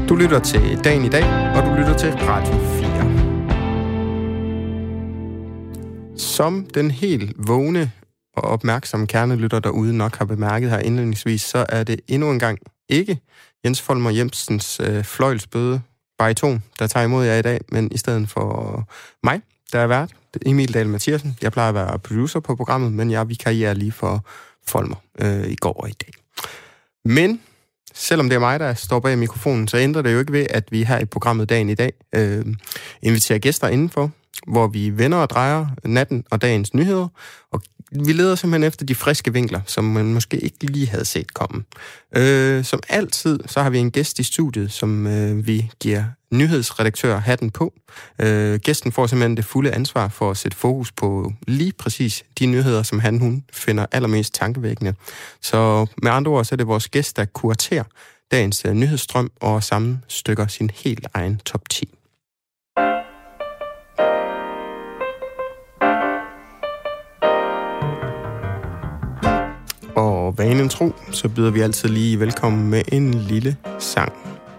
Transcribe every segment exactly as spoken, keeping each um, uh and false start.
Du lytter til Dagen i dag, og du lytter til Radio fire. Som den helt vågne og opmærksomme kernelytter derude nok har bemærket her indledningsvis, så er det endnu en gang ikke Jens Folmer Jensens øh, fløjlsbøde bariton, der tager imod jer i dag, men i stedet for mig, der er vært, Emil Dahl Mathiasen. Jeg plejer at være producer på programmet, men jeg vikarierer lige for Folmer øh, i går og i dag. Men selvom det er mig, der står bag mikrofonen, så ændrer det jo ikke ved, at vi her i programmet Dagen i dag øh, inviterer gæster indenfor, hvor vi vender og drejer natten og dagens nyheder, og vi leder simpelthen efter de friske vinkler, som man måske ikke lige havde set komme. Øh, som altid, så har vi en gæst i studiet, som øh, vi giver nyhedsredaktør hatten på. Øh, gæsten får simpelthen det fulde ansvar for at sætte fokus på lige præcis de nyheder, som han hun finder allermest tankevækkende. Så med andre ord, så er det vores gæst, der kuraterer dagens øh, nyhedsstrøm og sammenstykker sin helt egen top ti. Og vanen tro, så byder vi altid lige velkommen med en lille sang.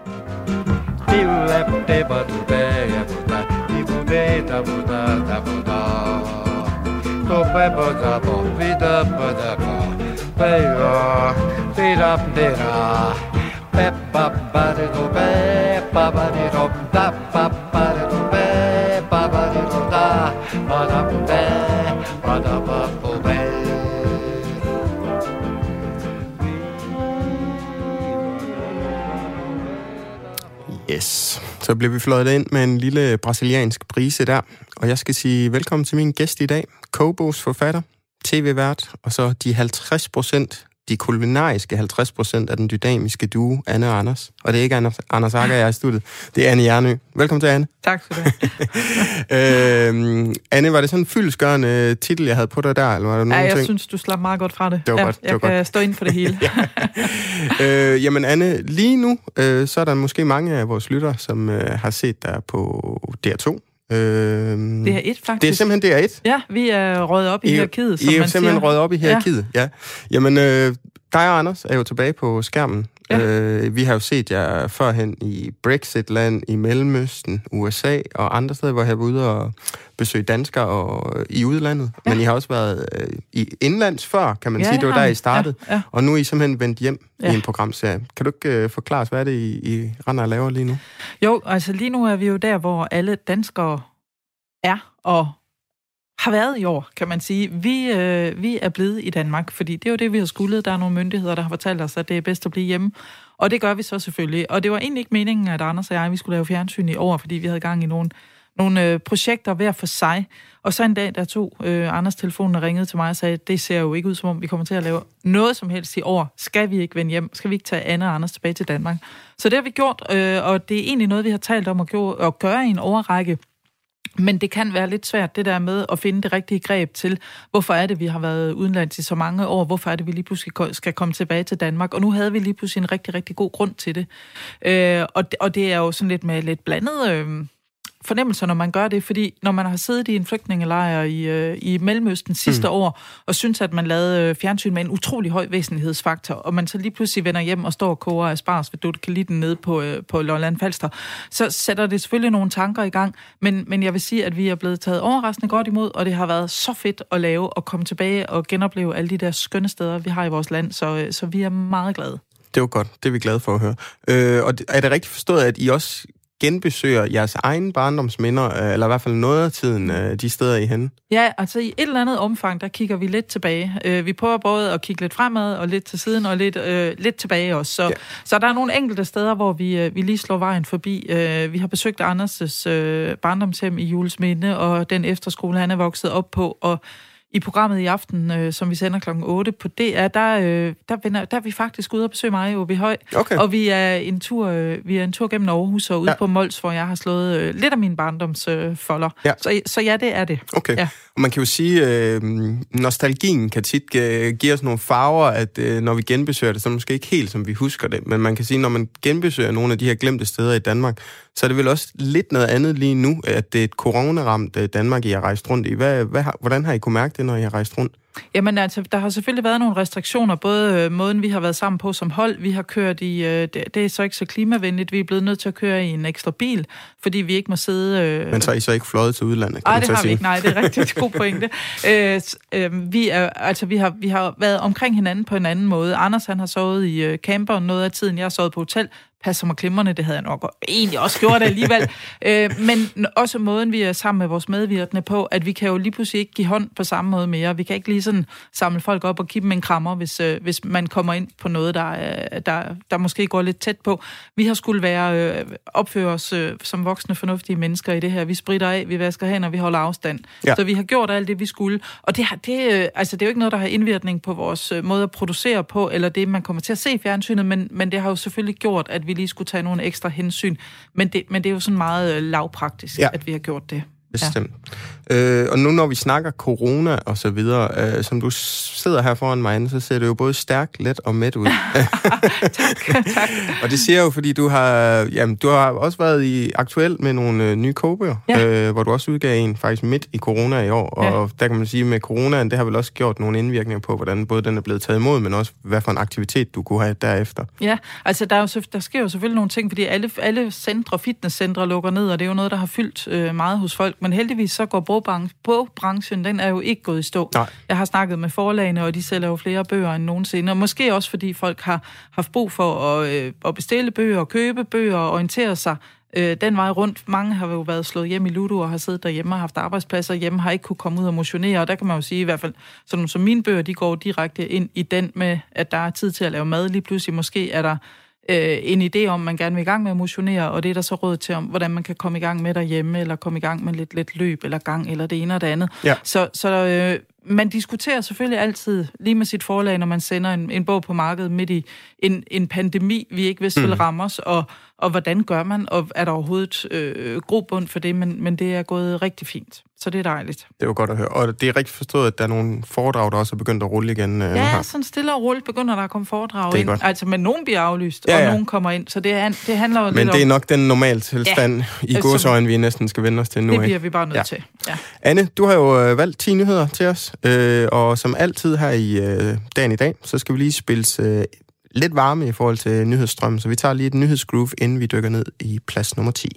Yes, så bliver vi fløjet ind med en lille brasiliansk brise der, og jeg skal sige velkommen til min gæst i dag, kogebos forfatter, tv-vært, og så de halvtreds procent, de kulinariske halvtreds procent af den dynamiske duo, Anne og Anders. Og det er ikke Anders, Anders Akker, jeg er i studiet, det er Anne Hjernø. Velkommen til, Anne. Tak skal du have. øhm, Anne, var det sådan en fyldestgørende titel, jeg havde på dig der, eller var der nogen Ja, jeg ting? synes, du slap meget godt fra det. Det var ja, godt, det jeg var kan godt. stå inden for det hele. øh, jamen Anne, lige nu, øh, så er der måske mange af vores lyttere, som øh, har set dig på D R to. Øh, D R et, faktisk. Det er simpelthen D R et. Ja, vi er røget op i, I hierarkiet, som I er man simpelthen siger. røget op i hierarkiet, ja. ja. Jamen, øh, dig og Anders er jo tilbage på skærmen. Ja. Øh, vi har jo set jer førhen i Brexit-land, i Mellemøsten, U S A og andre steder, hvor jeg var ude og besøge danskere og, i udlandet. Ja. Men I har også været øh, i indlands før, kan man ja, sige. Det var der, I startede. Ja, ja. Og nu er I simpelthen vendt hjem ja. i en programserie. Kan du ikke øh, forklare os, hvad er det, I, I render og laver lige nu? Jo, altså lige nu er vi jo der, hvor alle danskere er og har været i år, kan man sige. Vi, øh, vi er blevet i Danmark, fordi det er jo det, vi har skuldet. Der er nogle myndigheder, der har fortalt os, at det er bedst at blive hjemme. Og det gør vi så selvfølgelig. Og det var egentlig ikke meningen, at Anders og jeg, vi skulle lave fjernsyn i år, fordi vi havde gang i nogle, nogle øh, projekter hver for sig. Og så en dag, der tog øh, Anders telefonen og ringede til mig og sagde, det ser jo ikke ud, som om vi kommer til at lave noget som helst i år. Skal vi ikke vende hjem? Skal vi ikke tage Anne og Anders tilbage til Danmark? Så det har vi gjort, øh, og det er egentlig noget, vi har talt om at, gøre, at gøre i en overrække. Men det kan være lidt svært, det der med at finde det rigtige greb til, hvorfor er det, vi har været udenlands i så mange år, hvorfor er det, vi lige pludselig skal komme tilbage til Danmark, og nu havde vi lige pludselig en rigtig, rigtig god grund til det. Øh, og, det og det er jo sådan lidt med lidt blandet øh, fornemmelser, når man gør det, fordi når man har siddet i en flygtningelejr i, øh, i Mellemøsten sidste mm. år, og synes, at man lavede fjernsyn med en utrolig høj væsentlighedsfaktor, og man så lige pludselig vender hjem og står og koger asparges, ved du kan lide den nede på, øh, på Lolland Falster, så sætter det selvfølgelig nogle tanker i gang, men, men jeg vil sige, at vi er blevet taget overraskende godt imod, og det har været så fedt at lave, og komme tilbage og genopleve alle de der skønne steder, vi har i vores land, så, så vi er meget glade. Det var godt, det er vi glade for at høre. Øh, og er det rigtigt forstået, at I også genbesøger jeres egen barndomsminder, eller i hvert fald noget af tiden, de steder I er henne? Ja, altså i et eller andet omfang, der kigger vi lidt tilbage. Vi prøver både at kigge lidt fremad, og lidt til siden, og lidt, øh, lidt tilbage også. Så, ja. så der er nogle enkelte steder, hvor vi, vi lige slår vejen forbi. Vi har besøgt Anders' øh, barndomshjem i Juelsminde, og den efterskole, han er vokset op på, og i programmet i aften, øh, som vi sender klokken otte på D R, der, øh, der, vender, der er vi faktisk ude og besøge mig i Åbyhøj. Okay. Og vi er en tur, øh, vi er en tur gennem Aarhus og ude ja. på Mols, hvor jeg har slået øh, lidt af mine barndomsfolder. Øh, ja. så, så ja, det er det. Okay. Ja. Og man kan jo sige, øh, nostalgien kan tit øh, give os nogle farver, at øh, når vi genbesøger det, så er det måske ikke helt, som vi husker det. Men man kan sige, når man genbesøger nogle af de her glemte steder i Danmark, så er det vel også lidt noget andet lige nu, at det er et coronaramt Danmark, I har rejst rundt i. Hvad, hvad, hvordan har I kunne mærke det, når I har rejst rundt? Jamen altså, der har selvfølgelig været nogle restriktioner, både øh, måden, vi har været sammen på som hold. Vi har kørt i, øh, det, det er så ikke så klimavenligt, vi er blevet nødt til at køre i en ekstra bil, fordi vi ikke må sidde... Øh... Men så er I så ikke fløjet til udlandet, kan Nej, det har sige. vi ikke. Nej, det er rigtig god pointe. øh, øh, vi, er, altså, vi, har, vi har været omkring hinanden på en anden måde. Anders, han har sovet i øh, camper noget af tiden. Jeg har sovet på hotel. Passer mig glimrende, det havde jeg nok egentlig også gjort alligevel. øh, men også måden, vi er sammen med vores medvirkende på, at vi kan jo lige pludselig ikke give hånd på samme måde mere. Vi kan ikke lige sådan samle folk op og give dem en krammer, hvis, øh, hvis man kommer ind på noget, der, øh, der, der måske går lidt tæt på. Vi har skulle være øh, opføre os øh, som voksne, fornuftige mennesker i det her. Vi spritter af, vi vasker hænder, vi holder afstand. Ja. Så vi har gjort alt det, vi skulle. Og det, har, det, øh, altså, det er jo ikke noget, der har indvirkning på vores øh, måde at producere på, eller det, man kommer til at se i fjernsynet, men, men det har jo selvfølgelig gjort, at vi lige skulle tage nogle ekstra hensyn. Men det, men det er jo sådan meget øh, lavpraktisk, ja. At vi har gjort det. Bestemt. Ja. Øh, og nu når vi snakker corona og så videre, øh, som du sidder her foran mig, så ser det jo både stærkt, let og mæt ud. tak, tak. Og det siger jo, fordi du har, jamen, du har også været i aktuel med nogle øh, nye kogebøger, ja. øh, hvor du også udgav en faktisk midt i corona i år. Og ja. Der kan man sige, med coronaen, det har vel også gjort nogle indvirkninger på, hvordan både den er blevet taget imod, men også hvad for en aktivitet du kunne have derefter. Ja, altså der, er jo, der sker jo selvfølgelig nogle ting, fordi alle, alle centre, fitnesscentre lukker ned, og det er jo noget, der har fyldt øh, meget hos folk. Men heldigvis så går bogbranchen, den er jo ikke gået i stå. Nej. Jeg har snakket med forlagene, og de sælger jo flere bøger end nogensinde. Og måske også fordi folk har haft brug for at, øh, at bestille bøger, købe bøger og orientere sig øh, den vej rundt. Mange har jo været slået hjem i Ludo og har siddet derhjemme og haft arbejdspladser hjemme, har ikke kunne komme ud og motionere. Og der kan man jo sige i hvert fald, sådan som mine bøger, de går direkte ind i den med, at der er tid til at lave mad. Lige pludselig måske er der Øh, en idé om, man gerne vil i gang med at motionere, og det er der så råd til, om hvordan man kan komme i gang med derhjemme, eller komme i gang med lidt, lidt løb, eller gang, eller det ene og det andet. Ja. Så, så øh, man diskuterer selvfølgelig altid, lige med sit forlag, når man sender en, en bog på markedet midt i en, en pandemi, vi ikke vidste, mm. vil ramme os, og, og hvordan gør man, og er der overhovedet øh, grobund for det, men, men det er gået rigtig fint. Så det er dejligt. Det er jo godt at høre. Og det er rigtig forstået, at der er nogle foredrag, der også er begyndt at rulle igen. Øh, ja, her. sådan stille og roligt begynder der at komme foredrag ind. Godt. Altså, men nogen bliver aflyst, ja, ja. og nogen kommer ind. Så det, er, det handler jo men lidt det er om... nok den normale tilstand ja, i altså, godsøjne, vi næsten skal vende os til nu. Det bliver vi bare nødt ja. til. Ja. Anne, du har jo øh, valgt ti nyheder til os, øh, og som altid her i øh, dagen i dag, så skal vi lige spille øh, lidt varme i forhold til nyhedsstrømmen. Så vi tager lige et nyhedsgroove, inden vi dykker ned i plads nummer ti.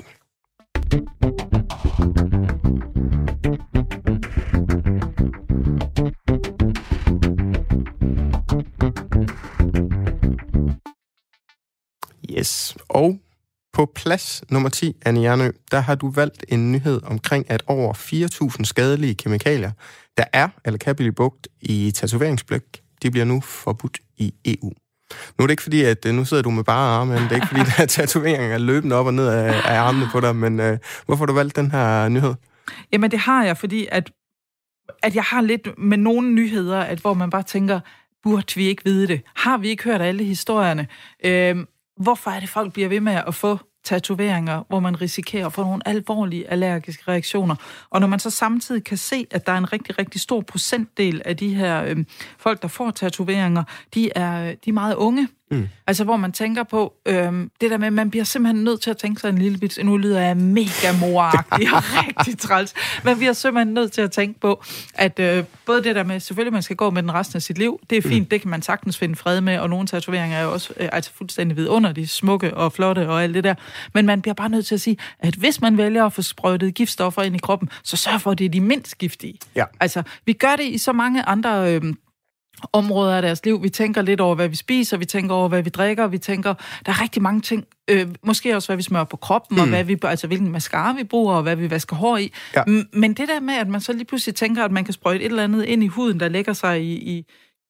Yes, og på plads nummer ti, Anne Hjernø, der har du valgt en nyhed omkring, at over fire tusind skadelige kemikalier, der er eller kan blive brugt i tatoveringsblæk, de bliver nu forbudt i E U. Nu er det ikke fordi, at nu sidder du med bare arme, det er ikke fordi, der er tatoveringer løbende op og ned af, af armene på dig, men uh, hvorfor har du valgt den her nyhed? Jamen det har jeg, fordi at, at jeg har lidt med nogle nyheder, at hvor man bare tænker, burde vi ikke vide det? Har vi ikke hørt alle historierne? Øhm, Hvorfor er det, folk bliver ved med at få tatoveringer, hvor man risikerer at få nogle alvorlige allergiske reaktioner? Og når man så samtidig kan se, at der er en rigtig, rigtig stor procentdel af de her øh, folk, der får tatoveringer, de er, de er meget unge. Mm. Altså, hvor man tænker på, øhm, det der med, man bliver simpelthen nødt til at tænke sig en lille bit, nu lyder jeg mega moragtig og rigtig træls, man bliver simpelthen nødt til at tænke på, at øh, både det der med, selvfølgelig man skal gå med den resten af sit liv, det er fint, mm. det kan man sagtens finde fred med, og nogle tatoveringer er jo også øh, altså fuldstændig vidunderlige, smukke og flotte og alt det der, men man bliver bare nødt til at sige, at hvis man vælger at få sprøjtet giftstoffer ind i kroppen, så sørg for, at det er de mindst giftige. Ja. Altså, vi gør det i så mange andre... Øh, områder af deres liv. Vi tænker lidt over, hvad vi spiser, vi tænker over, hvad vi drikker, vi tænker, der er rigtig mange ting, øh, måske også, hvad vi smører på kroppen, mm. og hvad vi, altså, hvilken mascara vi bruger, og hvad vi vasker hår i. Ja. Men det der med, at man så lige pludselig tænker, at man kan sprøjte et eller andet ind i huden, der lægger sig i, i,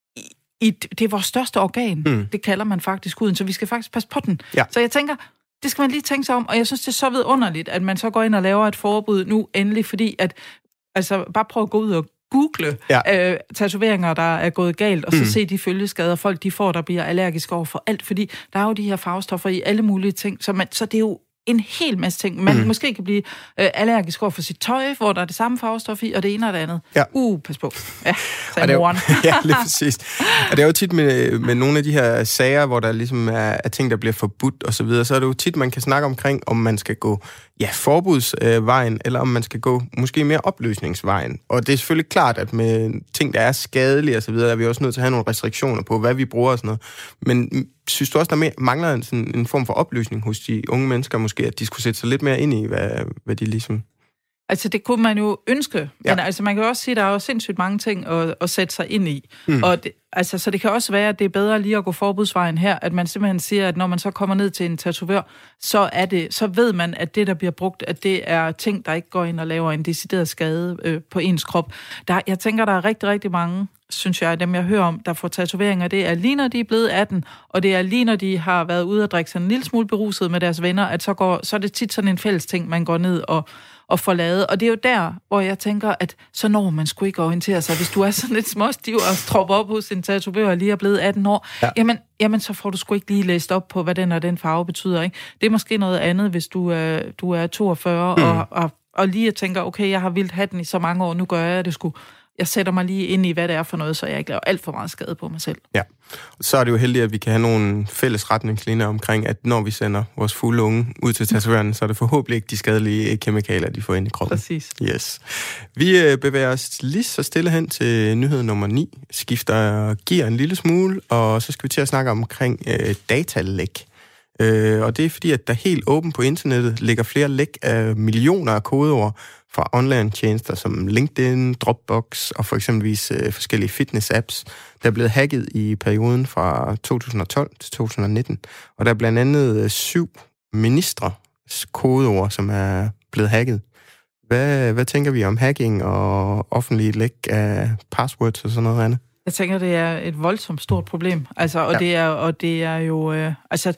i det er vores største organ. Mm. Det kalder man faktisk huden, så vi skal faktisk passe på den. Ja. Så jeg tænker, det skal man lige tænke sig om, og jeg synes, det er så vidunderligt, at man så går ind og laver et forbud nu endelig, fordi at, altså, bare prøv at gå ud og google ja. øh, tatoveringer, der er gået galt, og så mm. se de følgeskader, folk de får, der bliver allergiske over for alt, fordi der er jo de her farvestoffer i alle mulige ting, så, man, så det er jo en hel masse ting. Man mm. måske kan blive øh, allergisk over for sit tøj, hvor der er det samme farvestof i, og det ene og det andet. Ja. Uh, pas på. Ja, sagde moren. Ja, lige præcis. Og det er jo tit med, med nogle af de her sager, hvor der ligesom er, er ting, der bliver forbudt og så videre, så er det jo tit, man kan snakke omkring, om man skal gå ja, forbudsvejen, eller om man skal gå måske mere opløsningsvejen. Og det er selvfølgelig klart, at med ting, der er skadelige og så videre, er vi også nødt til at have nogle restriktioner på, hvad vi bruger og sådan noget. Men synes du også, der mangler en, sådan, en form for opløsning hos de unge mennesker måske, at de skulle sætte sig lidt mere ind i, hvad, hvad de ligesom... Altså, det kunne man jo ønske, ja. Men altså, man kan jo også sige, at der er jo sindssygt mange ting at, at sætte sig ind i. Mm. Og det, altså, så det kan også være, at det er bedre lige at gå forbudsvejen her, at man simpelthen siger, at når man så kommer ned til en tatovør, så er det, så ved man, at det, der bliver brugt, at det er ting, der ikke går ind og laver en decideret skade øh, på ens krop. Der, jeg tænker, der er rigtig, rigtig mange, synes jeg, dem jeg hører om, der får tatoveringer, det er lige når de er blevet atten, og det er lige når de har været ude og drikke sig en lille smule beruset med deres venner, at så, går, så er det tit sådan en fælles ting, man går ned og og få lavet. Og det er jo der, hvor jeg tænker, at så når man skulle ikke orientere sig. Hvis du er sådan lidt småstiv og tropper op hos en tatovør og lige er blevet atten år, ja. jamen, jamen så får du sgu ikke lige læst op på, hvad den og den farve betyder. Ikke? Det er måske noget andet, hvis du er, du er toogfyrre mm. og, og, og lige tænker, okay, jeg har vildt hatten i så mange år, nu gør jeg det sgu. Jeg sætter mig lige ind i, hvad det er for noget, så jeg ikke laver alt for meget skade på mig selv. Ja, så er det jo heldigt, at vi kan have nogle fælles retningslinjer omkring, at når vi sender vores fulde unge ud til tatovøren, så er det forhåbentlig ikke de skadelige kemikalier, de får ind i kroppen. Præcis. Yes. Vi bevæger os lige så stille hen til nyhed nummer ni, skifter gear en lille smule, og så skal vi til at snakke omkring øh, datalæk. Øh, og det er fordi, at der helt åbent på internettet ligger flere læk af millioner af kodeord fra online-tjenester som LinkedIn, Dropbox og for eksempelvis øh, forskellige fitness-apps, der er blevet hacket i perioden fra to tusind og tolv til to tusind og nitten. Og der er blandt andet øh, syv ministres kodeord, som er blevet hacket. Hvad, hvad tænker vi om hacking og offentlige læk af passwords og sådan noget andet? Jeg tænker, det er et voldsomt stort problem. Altså, og, ja. det er, og det er jo... Øh, altså,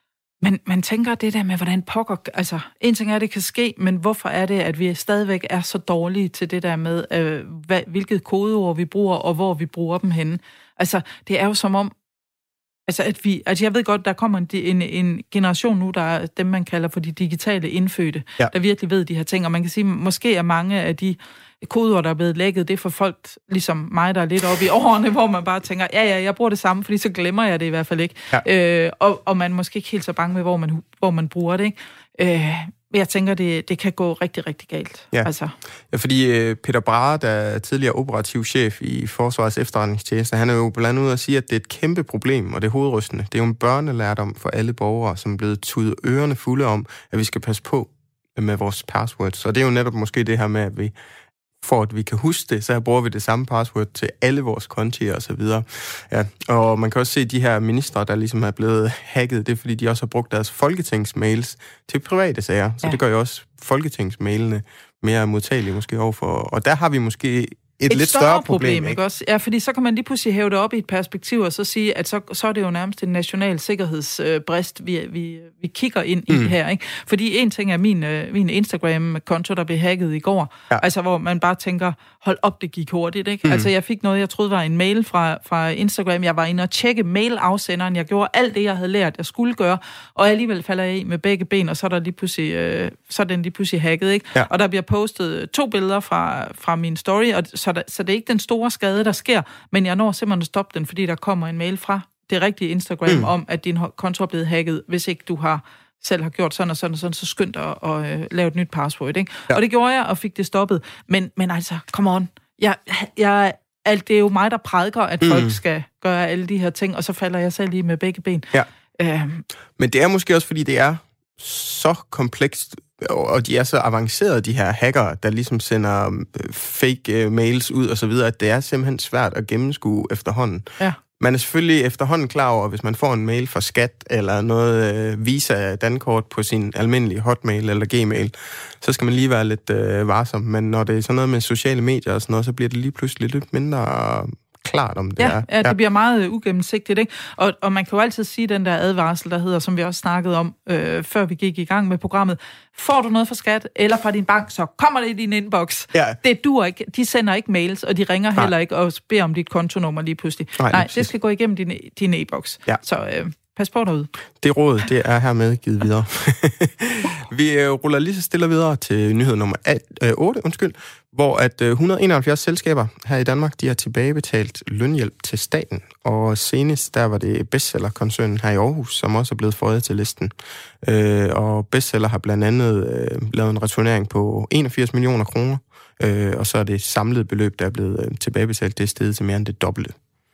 Men man tænker det der med, hvordan pokker... Altså, en ting er, at det kan ske, men hvorfor er det, at vi stadigvæk er så dårlige til det der med, øh, hvad, hvilket kodeord vi bruger, og hvor vi bruger dem henne? Altså, det er jo som om... Altså, at vi... Altså, jeg ved godt, der kommer en, en, en generation nu, der er dem, man kalder for de digitale indfødte, ja. der virkelig ved de her ting, og man kan sige, måske er mange af de kodeord, der er blevet lækket, det er for folk ligesom mig, der er lidt oppe i årene, hvor man bare tænker, ja, ja, jeg bruger det samme, fordi så glemmer jeg det i hvert fald ikke. Ja. Øh, og, og man er måske ikke helt så bange med, hvor man, hvor man bruger det, ikke? Øh, jeg tænker, det, det kan gå rigtig, rigtig galt. Ja, altså. ja fordi Peter Brahe, der er tidligere operativ chef i Forsvarets Efterretningstjeneste, han er jo blandt andet ude at sige, at det er et kæmpe problem, og det er hovedrystende. Det er jo en børnelærdom for alle borgere, som er blevet tudet ørerne fulde om, at vi skal passe på med vores passwords. Og det er jo netop måske det her med, at vi for at vi kan huske det, så bruger vi det samme password til alle vores kontier og så videre. Ja, og man kan også se de her ministre, der ligesom er blevet hacket, det er fordi, de også har brugt deres folketingsmails til private sager. Så ja. Det gør jo også folketingsmailene mere modtagelige måske overfor. Og der har vi måske et, et lidt større, større problem, problem ikke? Også? Ja, fordi så kan man lige pludselig hæve det op i et perspektiv, og så sige, at så, så er det jo nærmest en national sikkerhedsbrist, vi, vi, vi kigger ind mm. i her, ikke? Fordi en ting er min, min Instagram-konto, der blev hacket i går, ja. altså hvor man bare tænker, hold op, det gik hurtigt, ikke? Mm. Altså jeg fik noget, jeg troede var en mail fra, fra Instagram, jeg var inde og tjekke mail-afsenderen, jeg gjorde alt det, jeg havde lært, jeg skulle gøre, og alligevel falder jeg i med begge ben, og så er der lige pludselig, øh, så er den lige pludselig hacket, ikke? Ja. Og der bliver postet to billeder fra, fra min story, og så Så, der, så det er ikke den store skade, der sker, men jeg når simpelthen at stoppe den, fordi der kommer en mail fra det rigtige Instagram mm. om, at din konto er blevet hacket, hvis ikke du har selv har gjort sådan og sådan og sådan, så skynd dig at, at, at lave et nyt password, ikke? Ja. Og det gjorde jeg, og fik det stoppet. Men, men altså, come on. Jeg, jeg, alt, det er jo mig, der prædiker, at mm. folk skal gøre alle de her ting, og så falder jeg selv lige med begge ben. Ja. Øhm. Men det er måske også, fordi det er så komplekst, og de er så avancerede, de her hackere, der ligesom sender fake mails ud og så videre, at det er simpelthen svært at gennemskue efterhånden. Ja. Man er selvfølgelig efterhånden klar over, hvis man får en mail fra Skat eller noget øh, Visa Dankort på sin almindelige Hotmail eller Gmail, så skal man lige være lidt øh, varsom. Men når det er sådan noget med sociale medier og sådan noget, så bliver det lige pludselig lidt mindre klart, om det ja, er. Ja, det ja. bliver meget ugennemsigtigt, ikke? Og, og man kan jo altid sige den der advarsel, der hedder, som vi også snakkede om, øh, før vi gik i gang med programmet. Får du noget fra Skat eller fra din bank, så kommer det i din inbox. Ja. Det duer ikke. De sender ikke mails, og de ringer Nej. heller ikke og beder om dit kontonummer lige pludselig. Nej, Nej det skal gå igennem din, din e-boks. Ja. Så øh, pas på derude. Det råd, det er hermed givet videre. Vi øh, ruller lige så stille videre til nyhed nummer otte, undskyld, hvor at et hundrede og enoghalvfjerds selskaber her i Danmark, de har tilbagebetalt lønhjælp til staten. Og senest, der var det Bestseller-koncernen her i Aarhus, som også er blevet føjet til listen. Øh, og Bestseller har blandt andet øh, lavet en returnering på enogfirs millioner kroner, øh, og så er det samlede beløb, der er blevet øh, tilbagebetalt, det er steget til mere end det dobbelte.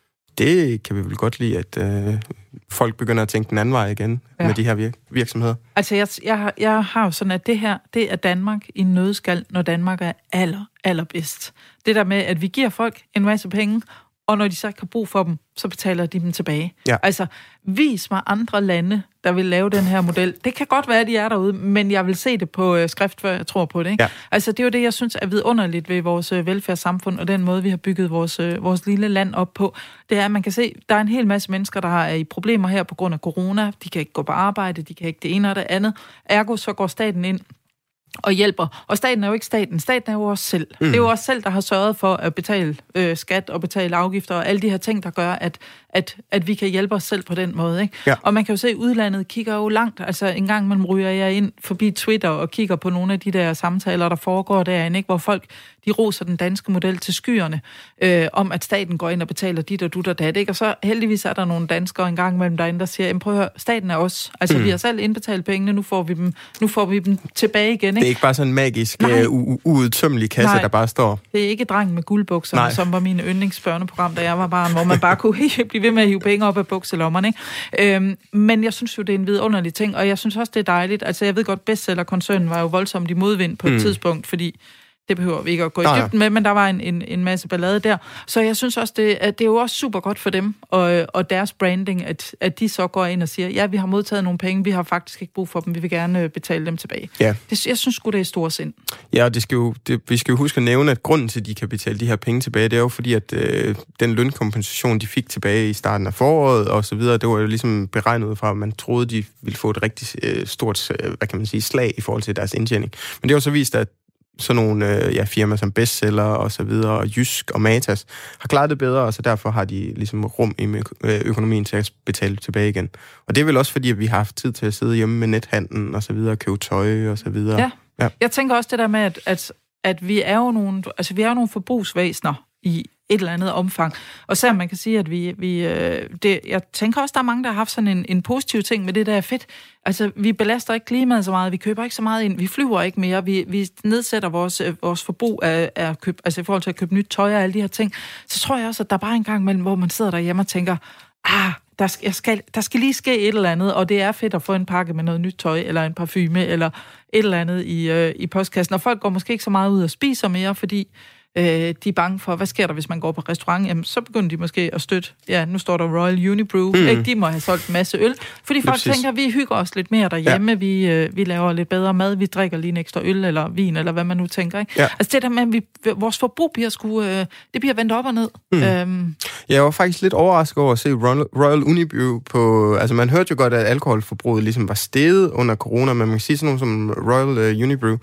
Det kan vi vel godt lide, at øh, folk begynder at tænke den anden vej igen ja. med de her vir- virksomheder. Altså, jeg, jeg, jeg har jo sådan, at det her, det er Danmark i en nøddeskal, når Danmark er aller, allerbedst. Det der med, at vi giver folk en masse penge, og når de så ikke har brug for dem, så betaler de dem tilbage. Ja. Altså, vis mig andre lande, der vil lave den her model. Det kan godt være, at de er derude, men jeg vil se det på øh, skrift, før jeg tror på det. Ikke? Ja. Altså, det er jo det, jeg synes er vidunderligt ved vores øh, velfærdssamfund, og den måde, vi har bygget vores, øh, vores lille land op på. Det er, at man kan se, der er en hel masse mennesker, der har, er i problemer her på grund af corona. De kan ikke gå på arbejde, de kan ikke det ene og det andet. Ergo, så går staten ind og hjælper. Og staten er jo ikke staten. Staten er jo os selv. Mm. Det er jo os selv, der har sørget for at betale øh, skat og betale afgifter og alle de her ting, der gør, at, at, at vi kan hjælpe os selv på den måde. Ikke? Ja. Og man kan jo se, at udlandet kigger jo langt. Altså en gang man ryger jeg ind forbi Twitter og kigger på nogle af de der samtaler, der foregår derinde, ikke? Hvor folk de roser den danske model til skyerne, øh, om at staten går ind og betaler dit og dut og dat. Ikke? Og så heldigvis er der nogle danskere en gang mellem derinde, der siger, prøv at høre, staten er os. Altså mm. vi har selv indbetalt pengene, nu får vi dem, nu får vi dem tilbage igen. Ikke? Det er ikke bare sådan en magisk, u- uudtømmelig kasse, Nej. der bare står. Det er ikke drengen med guldbukserne, Nej. som var mine yndlingsbørneprogram, da jeg var barn, hvor man bare kunne blive ved med at hive penge op af bukselommerne. Øhm, men jeg synes jo, det er en vidunderlig ting, og jeg synes også, det er dejligt. Altså jeg ved godt, Bestseller-koncernen var jo voldsomt i modvind på et mm. tidspunkt, fordi det behøver vi ikke at gå i dybden med, men der var en, en, en masse ballade der. Så jeg synes også, det, at det er jo også super godt for dem og, og deres branding, at, at de så går ind og siger, ja, vi har modtaget nogle penge, vi har faktisk ikke brug for dem, vi vil gerne betale dem tilbage. Ja. Det, jeg synes sgu, det er stor sind. Ja, og det skal jo, det, vi skal jo huske at nævne, at grunden til, at de kan betale de her penge tilbage, det er jo fordi, at øh, den lønkompensation, de fik tilbage i starten af foråret og så videre, det var jo ligesom beregnet ud fra, at man troede, de ville få et rigtig øh, stort, øh, hvad kan man sige, slag i forhold til deres indtjening. Men det har jo så vist, at sådan nogle øh, ja, firmaer som Bestseller og så videre, og Jysk og Matas, har klaret det bedre, og så derfor har de ligesom rum i økonomien til at betale tilbage igen. Og det er vel også fordi, at vi har haft tid til at sidde hjemme med nethandlen og så videre, købe tøj og så videre. Ja. Ja. Jeg tænker også det der med, at, at, at vi er jo nogle, altså vi er jo nogle forbrugsvæsener i et eller andet omfang. Og selvom man kan sige, at vi... vi øh, det, jeg tænker også, der er mange, der har haft sådan en, en positiv ting med det, der er fedt. Altså, vi belaster ikke klimaet så meget, vi køber ikke så meget ind, vi flyver ikke mere, vi, vi nedsætter vores, vores forbrug af, af køb, altså i forhold til at købe nyt tøj og alle de her ting. Så tror jeg også, at der er bare en gang imellem, hvor man sidder derhjemme og tænker, ah, der skal, skal, der skal lige ske et eller andet, og det er fedt at få en pakke med noget nyt tøj, eller en parfume, eller et eller andet i, øh, i postkassen. Og folk går måske ikke så meget ud og spiser mere, fordi Øh, de er bange for, hvad sker der, hvis man går på restaurant? Jamen, så begynder de måske at støtte. Ja, nu står der Royal Unibrew. Mm. Ikke? De må have solgt en masse øl. Fordi folk Præcis. tænker, at vi hygger os lidt mere derhjemme. Ja. Vi, øh, vi laver lidt bedre mad. Vi drikker lige en ekstra øl eller vin, eller hvad man nu tænker. Ikke? Ja. Altså det der med, at vi, vores forbrug bliver sgu, øh, det bliver vendt op og ned. Mm. Øhm. Jeg var faktisk lidt overrasket over at se Royal Unibrew på... Altså man hørte jo godt, at alkoholforbruget ligesom var steget under corona, men man kan sige sådan noget som Royal Unibrew.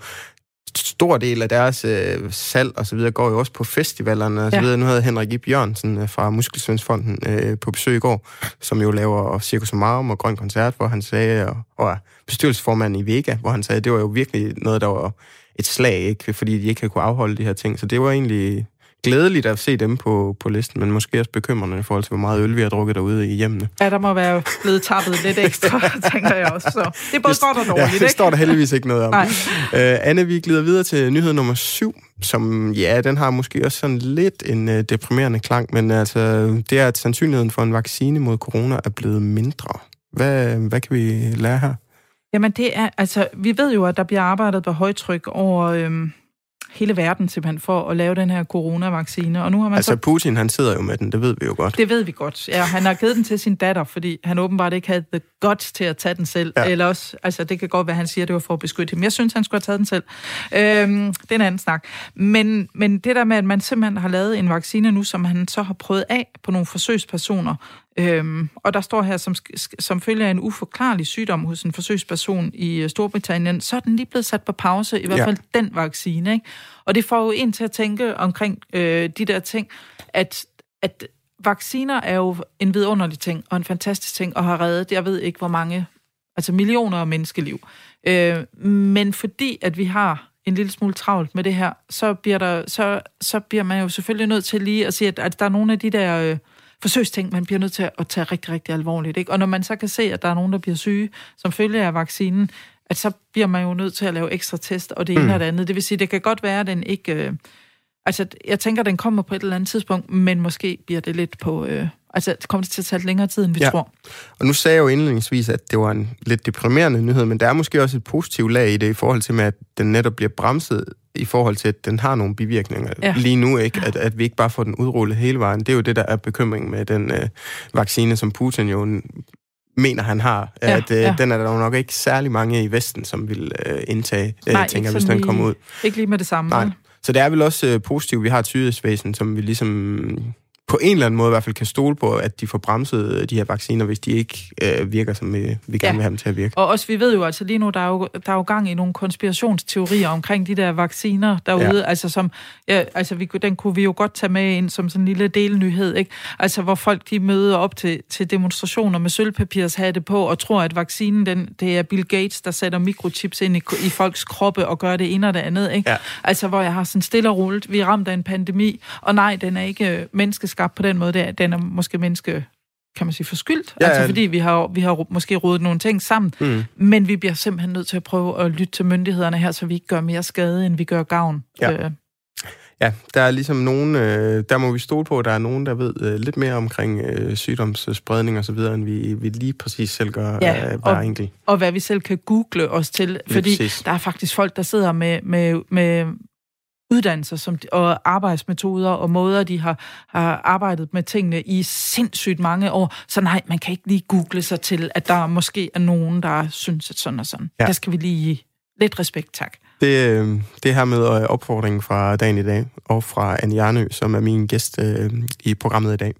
Stor del af deres øh, salg og så videre går jo også på festivalerne og så videre. Ja. Nu havde Henrik Ib Jørgensen øh, fra Muskelsvindsfonden øh, på besøg i går, som jo laver Cirkus Summarum og Grøn Koncert, hvor han sagde, og, og er bestyrelsesformand i Vega, hvor han sagde, at det var jo virkelig noget, der var et slag, ikke? Fordi de ikke havde kunne afholde de her ting. Så det var egentlig glædeligt at se dem på, på listen, men måske også bekymrende i forhold til, hvor meget øl vi har drukket derude i hjemmene. Ja, der må være blevet tappet lidt ekstra, tænker jeg også. Så det er både godt og dårligt, ja, det står der heldigvis ikke noget om. Nej. Uh, Anne, vi glider videre til nyhed nummer syv, som, ja, den har måske også sådan lidt en uh, deprimerende klang, men altså, det er, at sandsynligheden for en vaccine mod corona er blevet mindre. Hvad, hvad kan vi lære her? Jamen, det er, altså, vi ved jo, at der bliver arbejdet på højtryk over... Øhm hele verden simpelthen for at lave den her coronavaccine. Og nu har man altså så... Putin, han sidder jo med den, det ved vi jo godt. Det ved vi godt. Ja, han har givet den til sin datter, fordi han åbenbart ikke havde the guts til at tage den selv. Ja. Eller også, altså det kan godt være, han siger, at det var for at beskytte ham. Jeg synes, han skulle have taget den selv. Øhm, det er en anden snak. Men, men det der med, at man simpelthen har lavet en vaccine nu, som han så har prøvet af på nogle forsøgspersoner, Øhm, og der står her, som, som følger en uforklarlig sygdom hos en forsøgsperson i Storbritannien, så er den lige blevet sat på pause, i hvert fald ja. den vaccine. Ikke? Og det får jo en til at tænke omkring øh, de der ting, at, at vacciner er jo en vidunderlig ting, og en fantastisk ting, og har reddet, jeg ved ikke hvor mange, altså millioner af menneskeliv. Øh, men fordi, at vi har en lille smule travlt med det her, så bliver, der, så, så bliver man jo selvfølgelig nødt til lige at sige, at, at der er nogle af de der øh, forsøgsting, man bliver nødt til at tage rigtig, rigtig alvorligt. Ikke? Og når man så kan se, at der er nogen, der bliver syge, som følge af vaccinen, at så bliver man jo nødt til at lave ekstra test, og det ene mm. og det andet. Det vil sige, det kan godt være, at den ikke... Øh, altså, jeg tænker, at den kommer på et eller andet tidspunkt, men måske bliver det lidt på... Øh, altså, det kommer til at tage længere tid, end vi ja. tror. Og nu sagde jeg jo indledningsvis, at det var en lidt deprimerende nyhed, men der er måske også et positivt lag i det, i forhold til, med, at den netop bliver bremset, i forhold til, at den har nogle bivirkninger ja. lige nu, ikke? At, at vi ikke bare får den udrullet hele vejen. Det er jo det, der er bekymringen med den øh, vaccine, som Putin jo mener, han har. Ja, at øh, ja. den er der jo nok ikke særlig mange i Vesten, som vil øh, indtage, øh, Nej, tænker, hvis den lige, kommer ud. Ikke lige med det samme. Nej. Så det er vel også øh, positivt, vi har et sygehusvæsen, som vi ligesom på en eller anden måde i hvert fald kan stole på, at de får bremset de her vacciner, hvis de ikke øh, virker, som vi, vi gerne ja. vil have dem til at virke. Og også, vi ved jo altså lige nu, der er jo, der er jo gang i nogle konspirationsteorier omkring de der vacciner derude, ja. altså som, ja, altså vi, den kunne vi jo godt tage med ind som sådan en lille delnyhed, ikke? Altså hvor folk de møder op til, til demonstrationer med sølvpapirshatte på, og tror, at vaccinen, den, det er Bill Gates, der sætter mikrochips ind i, i folks kroppe og gør det ene og det andet, ikke? Ja. Altså hvor jeg har sådan stille og roligt, vi er ramt af en pandemi, og nej, den er ikke menneskeskabt på den måde, den er måske menneske, kan man sige, forskyldt. Ja, altså fordi vi har, vi har måske rodet nogle ting sammen, mm. men vi bliver simpelthen nødt til at prøve at lytte til myndighederne her, så vi ikke gør mere skade, end vi gør gavn. Ja, øh. ja der er ligesom nogen, øh, der må vi stole på, at der er nogen, der ved øh, lidt mere omkring øh, sygdomsspredning og så videre, end vi, vi lige præcis selv gør ja, øh, bare og, enkelt. Og hvad vi selv kan google os til, fordi præcis. Der er faktisk folk, der sidder med, med, med uddannelser som, og arbejdsmetoder og måder, de har, har arbejdet med tingene i sindssygt mange år. Så nej, man kan ikke lige google sig til, at der måske er nogen, der synes, at sådan og sådan. Ja. Der skal vi lige lidt respekt, tak. Det, det her med opfordringen fra dagen i dag, og fra Anne Hjernø, som er min gæst øh, i programmet i dag.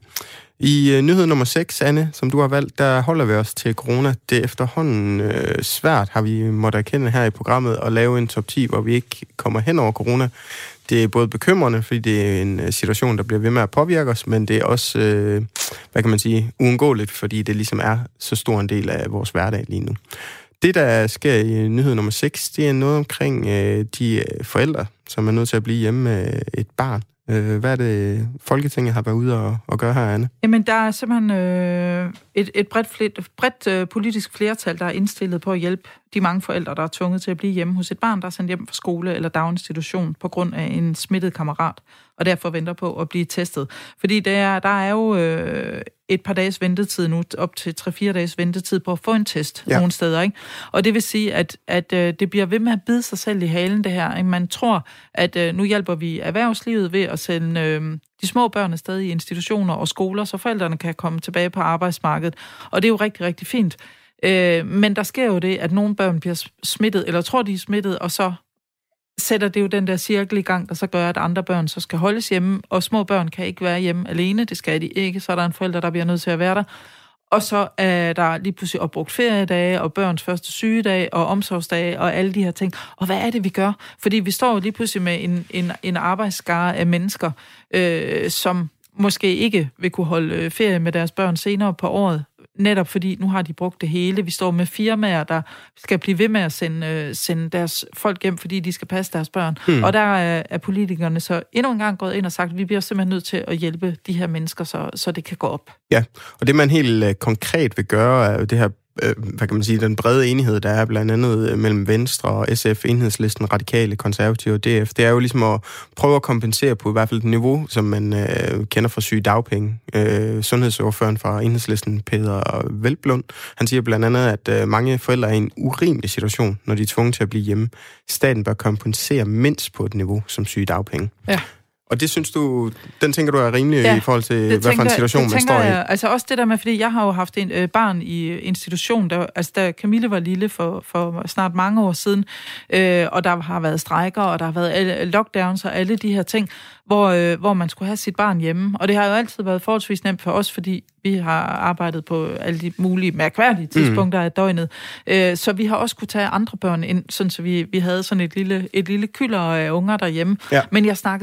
I øh, nyhed nummer seks, Anne, som du har valgt, der holder vi os til corona. Det er efterhånden øh, svært, har vi måttet erkende her i programmet, at lave en top ti, hvor vi ikke kommer hen over corona. Det er både bekymrende, fordi det er en situation, der bliver ved med at påvirke os, men det er også, øh, hvad kan man sige, uundgåeligt, fordi det ligesom er så stor en del af vores hverdag lige nu. Det, der sker i nyhed nummer seks, det er noget omkring øh, de forældre, som er nødt til at blive hjemme med et barn. Hvad er det, Folketinget har været ude og, og gøre her, Anne? Jamen, der er simpelthen øh, et, et bredt, bredt øh, politisk flertal, der er indstillet på at hjælpe de mange forældre, der er tvunget til at blive hjemme hos et barn, der er sendt hjem fra skole eller daginstitution på grund af en smittet kammerat, og derfor venter på at blive testet. Fordi der, der er jo øh, et par dages ventetid nu, op til tre-fire dages ventetid på at få en test ja. nogle steder, ikke? Og det vil sige, at, at øh, det bliver ved med at bide sig selv i halen, det her. Ikke? Man tror, at øh, nu hjælper vi erhvervslivet ved at sende øh, de små børn afsted i institutioner og skoler, så forældrene kan komme tilbage på arbejdsmarkedet. Og det er jo rigtig, rigtig fint. Øh, men der sker jo det, at nogle børn bliver smittet, eller tror, de er smittet, og så sætter det jo den der cirkel i gang, der så gør, at andre børn så skal holdes hjemme, og små børn kan ikke være hjemme alene, det skal de ikke, så er der en forælder, der bliver nødt til at være der. Og så er der lige pludselig opbrugt feriedage, og børns første sygedag, og omsorgsdage, og alle de her ting. Og hvad er det, vi gør? Fordi vi står jo lige pludselig med en, en, en arbejdsskare af mennesker, øh, som måske ikke vil kunne holde ferie med deres børn senere på året, netop fordi nu har de brugt det hele. Vi står med firmaer, der skal blive ved med at sende, sende deres folk hjem, fordi de skal passe deres børn. Hmm. Og der er, er politikerne så endnu en gang gået ind og sagt, at vi bliver simpelthen nødt til at hjælpe de her mennesker, så, så det kan gå op. Ja, og det man helt uh, konkret vil gøre, er jo det her, uh, hvad kan man sige, den brede enighed, der er blandt andet mellem Venstre og S F, Enhedslisten, Radikale, Konservative og D F. Det er jo ligesom at prøve at kompensere på i hvert fald et niveau, som man uh, kender fra sygedagpenge. Uh, sundhedsordføreren fra Enhedslisten, Peder Hvelplund, han siger blandt andet, at uh, mange forældre er i en urimelig situation, når de er tvunget til at blive hjemme. Staten bør kompensere mindst på et niveau som sygedagpenge. Ja. Og det synes du, den tænker du er rimelig ja, i forhold til, hvad tænker, for en situation man står jeg, i? Altså også det der med, fordi jeg har jo haft en øh, barn i institution, der, altså da Camille var lille for, for snart mange år siden, øh, og der har været strejker, og der har været lockdowns og alle de her ting, hvor, øh, hvor man skulle have sit barn hjemme. Og det har jo altid været forholdsvis nemt for os, fordi vi har arbejdet på alle de mulige mærkværdige tidspunkter mm. af døgnet. Øh, så vi har også kunne tage andre børn ind, sådan så vi, vi havde sådan et lille, et lille kylder af unger derhjemme. Ja. Men jeg snakkede jo også med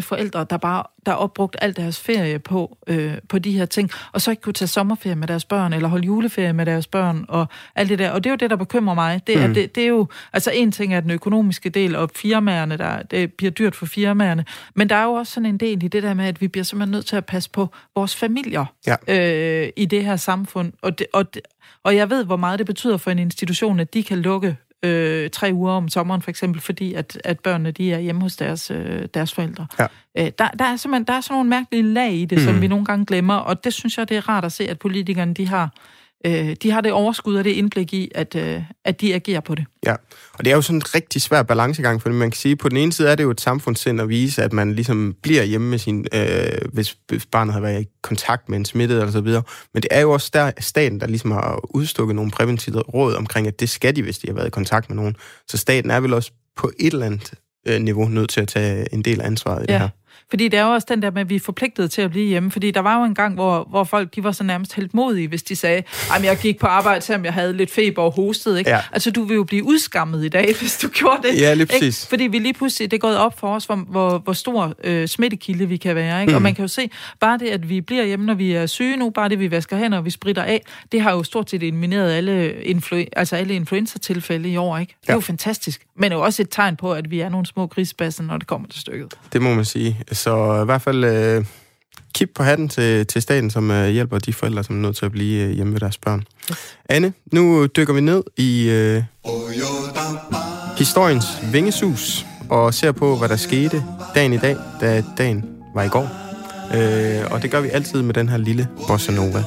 forældre, der bare der opbrugt al deres ferie på, øh, på de her ting, og så ikke kunne tage sommerferie med deres børn, eller holde juleferie med deres børn, og alt det der. Og det er jo det, der bekymrer mig. Det er, mm. det, det er jo, altså en ting er den økonomiske del, og firmaerne, der, det bliver dyrt for firmaerne, men der er jo også sådan en del i det der med, at vi bliver simpelthen nødt til at passe på vores familier ja. øh, i det her samfund. Og, det, og, det, og jeg ved, hvor meget det betyder for en institution, at de kan lukke Øh, tre uger om sommeren, for eksempel, fordi at, at børnene de er hjemme hos deres, øh, deres forældre. Ja. Øh, der, der, er simpelthen, der er sådan nogle mærkelige lag i det, mm. som vi nogle gange glemmer, og det synes jeg, det er rart at se, at politikerne de har, øh, de har det overskud og det indblik i, at, øh, at de agerer på det. Ja, og det er jo sådan en rigtig svær balancegang, for man kan sige, på den ene side er det jo et samfundssind at vise, at man ligesom bliver hjemme med sin, øh, hvis barnet har været i kontakt med en smittet eller så videre, men det er jo også der, staten, der ligesom har udstukket nogle præventive råd omkring, at det skal de, hvis de har været i kontakt med nogen. Så staten er vel også på et eller andet øh, niveau nødt til at tage en del af ansvaret i ja. det her. Fordi det er jo også den der med, at vi er forpligtet til at blive hjemme. Fordi der var jo en gang, hvor, hvor folk de var så nærmest helt modige, hvis de sagde, at jeg gik på arbejde, selvom jeg havde lidt feber og hostede. Ikke? Ja. Altså, du vil jo blive udskammet i dag, hvis du gjorde det. Ja, lige præcis. Ikke? Fordi vi lige pludselig, det er gået op for os, hvor, hvor, hvor stor øh, smittekilde vi kan være. Ikke? Mm. Og man kan jo se, bare det, at vi bliver hjemme, når vi er syge nu, bare det, vi vasker hænder og vi spritter af, det har jo stort set elimineret alle, influ- altså alle influenza-tilfælde i år. Ikke? Det er ja. jo fantastisk. Men jo også et tegn på, at vi er nogle små grisbasser, når det kommer til stykket. Det må man sige. Så i hvert fald øh, kip på hatten til, til staten, som øh, hjælper de forældre, som er nødt til at blive øh, hjemme ved deres børn. Yes. Anne, nu dykker vi ned i øh, historiens vingesus og ser på, hvad der skete dagen i dag, da dagen var i går. Øh, og det gør vi altid med den her lille bossa nova.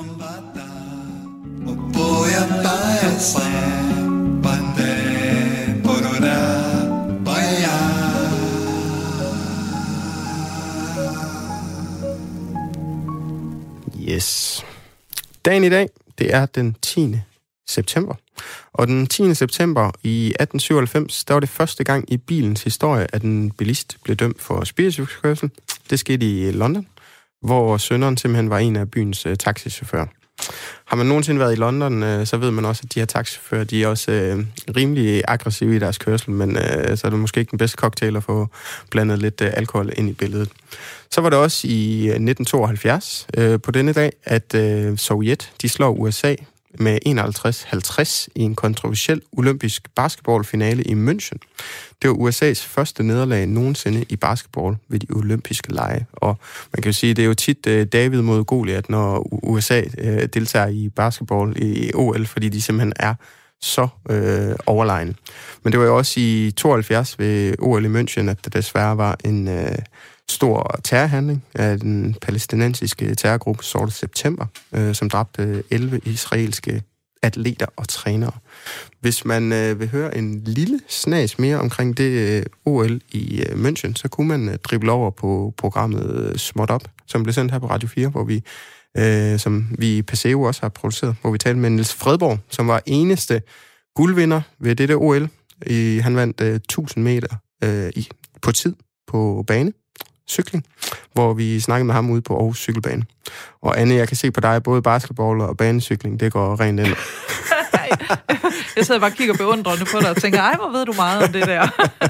Yes. Dagen i dag, det er den tiende september. Og den tiende september i atten syvoghalvfems, der var det første gang i bilens historie, at en bilist blev dømt for spirituskørsel. Det skete i London, hvor sønneren simpelthen var en af byens uh, taxichauffører. Har man nogensinde været i London, uh, så ved man også, at de her taxichauffører, de er også uh, rimelig aggressive i deres kørsel, men uh, så er det måske ikke den bedste cocktail at få blandet lidt uh, alkohol ind i billedet. Så var det også i nitten tooghalvfjerds øh, på denne dag, at øh, Sovjet de slår U S A med enoghalvtreds halvtreds i en kontroversiel olympisk basketballfinale i München. Det var U S A's første nederlag nogensinde i basketball ved de olympiske lege. Og man kan jo sige, det er jo tit øh, David mod Goliat, når U S A øh, deltager i basketball i O L, fordi de simpelthen er så øh, overlegen. Men det var jo også i tooghalvfjerds ved O L i München, at der desværre var en øh, stor terrorhandling af den palæstinensiske terrorgruppe Sorte September, øh, som dræbte elleve israelske atleter og trænere. Hvis man øh, vil høre en lille snas mere omkring det øh, O L i øh, München, så kunne man øh, drible over på programmet øh, Småt Op, som blev sendt her på Radio fire, hvor vi, øh, som vi i Paseo også har produceret, hvor vi talte med Niels Fredborg, som var eneste guldvinder ved dette O L. I, han vandt øh, tusind meter øh, i, på tid på bane. Cykling, hvor vi snakkede med ham ude på Aarhus Cykelbane. Og Anne, jeg kan se på dig, både basketball og banecykling, det går rent ind. Jeg sidder bare og kigger beundrende på dig og tænker, ej, hvor ved du meget om det der.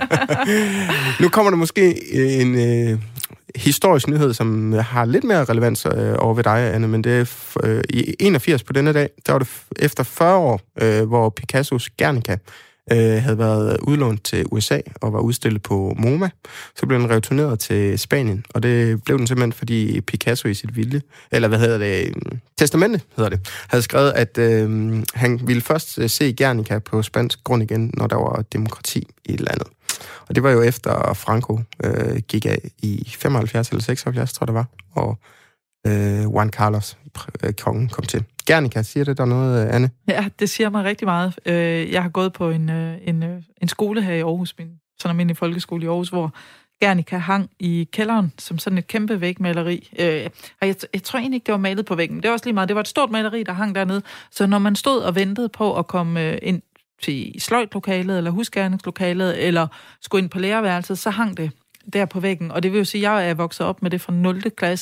Nu kommer der måske en øh, historisk nyhed, som har lidt mere relevans øh, over ved dig, Anne, men det er øh, i enogfirs på denne dag, der var det f- efter fyrre år, øh, hvor Picassos Guernica øh, havde været udlånt til U S A og var udstillet på MoMA. Så blev den returneret til Spanien, og det blev den simpelthen, fordi Picasso i sit vilje, eller hvad hedder det, testamente hedder det, havde skrevet, at øh, han ville først se Guernica på spansk grund igen, når der var demokrati i landet. Og det var jo efter Franco øh, gik af i femoghalvfjerds eller seksoghalvfjerds, tror jeg det var, og øh, Juan Carlos, øh, kongen, kom til. Guernica, siger det der noget, Anne? Ja, det siger mig rigtig meget. Jeg har gået på en, en, en skole her i Aarhus, min sådan almindelig folkeskole i Aarhus, hvor Guernica hang i kælderen som sådan et kæmpe vægmaleri. Og jeg, jeg tror egentlig ikke, det var malet på væggen. Det var også lige meget. Det var et stort maleri, der hang dernede. Så når man stod og ventede på at komme ind til sløjtlokalet, eller husgerningslokalet, eller skulle ind på lærerværelset, så hang det der på væggen. Og det vil jo sige, at jeg er vokset op med det fra nul klasse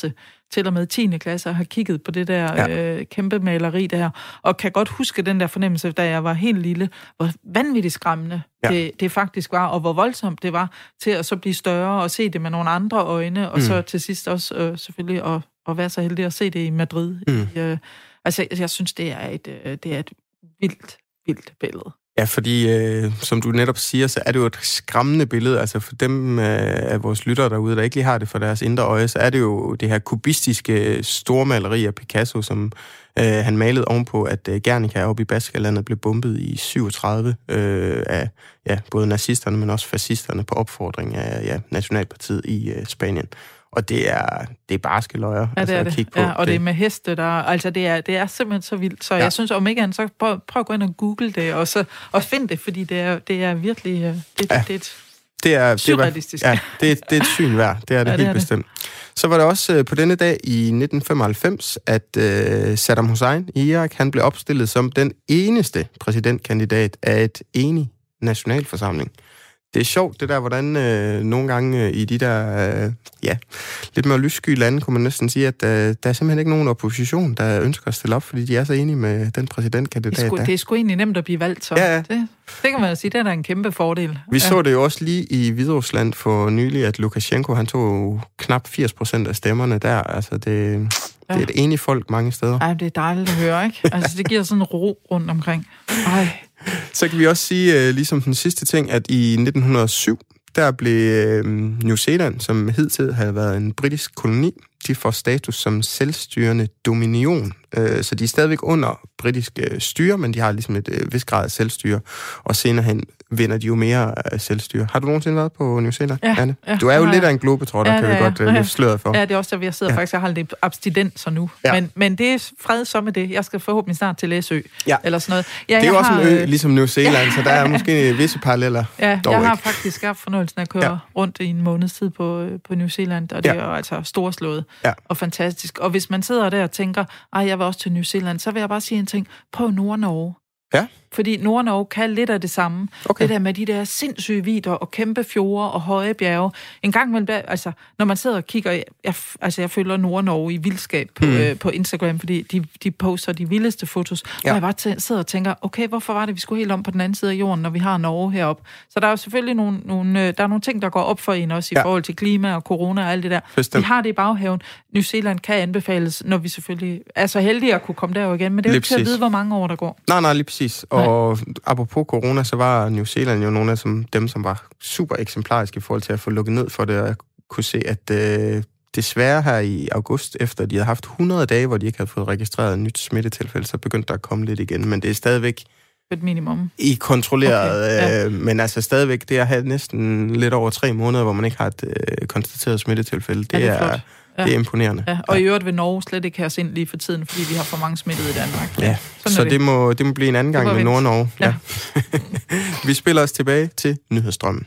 til og med tiende klasse og har kigget på det der ja. øh, kæmpe maleri der, og kan godt huske den der fornemmelse, da jeg var helt lille, hvor vanvittigt skræmmende ja. det, det faktisk var, og hvor voldsomt det var til at så blive større og se det med nogle andre øjne, og mm. så til sidst også øh, selvfølgelig at, at være så heldig at se det i Madrid. Mm. I, øh, altså, jeg, jeg synes, det er et, øh, det er et vildt, vildt billede. Ja, fordi øh, som du netop siger, så er det jo et skræmmende billede. Altså for dem øh, af vores lyttere derude, der ikke lige har det for deres indre øje, så er det jo det her kubistiske stormaleri af Picasso, som øh, han malede ovenpå, at øh, Guernica oppe i Baskerlandet blev bombet i syvogtredive øh, af ja, både nazisterne, men også fascisterne på opfordring af ja, Nationalpartiet i øh, Spanien. Og det er, det er barske løjer, ja, altså, det er at det. kigge på. Ja, og det er med heste, der... Altså, det er, det er simpelthen så vildt. Så ja. jeg synes, om ikke andet, så prøv, prøv at gå ind og google det, og, så, og find det, fordi det er, det er virkelig... Det, ja. det er et det er, surrealistisk. Det var, ja, det, det er et syn værd. Det er det ja, helt det er bestemt. Det. Så var det også øh, på denne dag i nitten femoghalvfems, at øh, Saddam Hussein i Irak, han blev opstillet som den eneste præsidentkandidat af et enig nationalforsamling. Det er sjovt, det der, hvordan øh, nogle gange øh, i de der, øh, ja, lidt mere lyssky lande, kunne man næsten sige, at øh, der er simpelthen ikke nogen opposition, der ønsker at stille op, fordi de er så enige med den præsidentkandidat. Det er sgu, der. det er sgu egentlig nemt at blive valgt, så. Ja, ja. Det, det kan man sige, det er da en kæmpe fordel. Vi ja. så det jo også lige i Hviderusland for nylig, at Lukashenko, han tog knap firs procent af stemmerne der. Altså, det, ja. det er et enigt folk mange steder. Ej, det er dejligt at høre, ikke? Altså, det giver sådan en ro rundt omkring. Ej. Så kan vi også sige, ligesom den sidste ting, at i nitten hundrede og syv, der blev New Zealand, som hidtil havde været en britisk koloni, de får status som selvstyrende dominion. Så de er stadigvæk under britisk styre, men de har ligesom et vis grad af selvstyre, og senere hen vinder de jo mere selvstyre. Har du nogensinde været på New Zealand, ja, Anne? Ja, du er jo ja, lidt af en globetrotter, ja, kan vi ja, godt ja. løfte sløret for. Ja, det er også der, jeg sidder ja. faktisk, jeg har lidt abstinenser nu. Ja. Men, men det er fred så med det. Jeg skal forhåbentlig snart til Læsø, ja. eller sådan noget. Ja, det er jo også har, en ø, ligesom New Zealand, ja. så der er måske visse paralleller. Ja, dog jeg har ikke. faktisk haft fornøjelsen af at køre ja. rundt i en måneds tid på, på New Zealand, og det ja. er jo altså storslået ja. og fantastisk. Og hvis man sidder der og tænker, ej, jeg vil også til New Zealand, så vil jeg bare sige en ting. Prøv Nord-Norge. Ja. Fordi Nord-Norge kan lidt af det samme. Okay. Det der med de der sindssyge vidder og kæmpe fjorde og høje bjerge. En gang mellem, altså, når man sidder og kigger, jeg, altså, jeg følger Nord-Norge i vildskab på, mm. øh, på Instagram, fordi de, de poster de vildeste fotos. Ja. Og jeg bare t- sidder og tænker, okay, hvorfor var det, vi skulle helt om på den anden side af jorden, når vi har Norge heroppe? Så der er jo selvfølgelig nogle, nogle, der er nogle ting, der går op for en også i ja. forhold til klima og corona og alt det der. Bestemt. Vi har det i baghaven. New Zealand kan anbefales, når vi selvfølgelig er så heldige at kunne komme derover igen, men det er jo ikke til at vide, hvor mange år der går. Nej, nej, lige præcis. Og apropos corona, så var New Zealand jo nogle af som, dem, som var super eksemplariske i forhold til at få lukket ned for det, og jeg kunne se, at øh, desværre her i august, efter de havde haft hundrede dage, hvor de ikke havde fået registreret et nyt smittetilfælde, så begyndte der at komme lidt igen, men det er stadigvæk et minimum. I kontrolleret, okay, ja. øh, men altså stadigvæk, det at have næsten lidt over tre måneder, hvor man ikke har et øh, konstateret smittetilfælde, det, ja, det er, er Ja. Det er imponerende. Ja, og ja. i øvrigt vil Norge slet ikke have os ind lige for tiden, fordi vi har for mange smittede i Danmark. Ja, Sådan så det. Det, må, det må blive en anden gang med Nord-Norge. Ja. Ja. Vi spiller os tilbage til nyhedsstrømmen.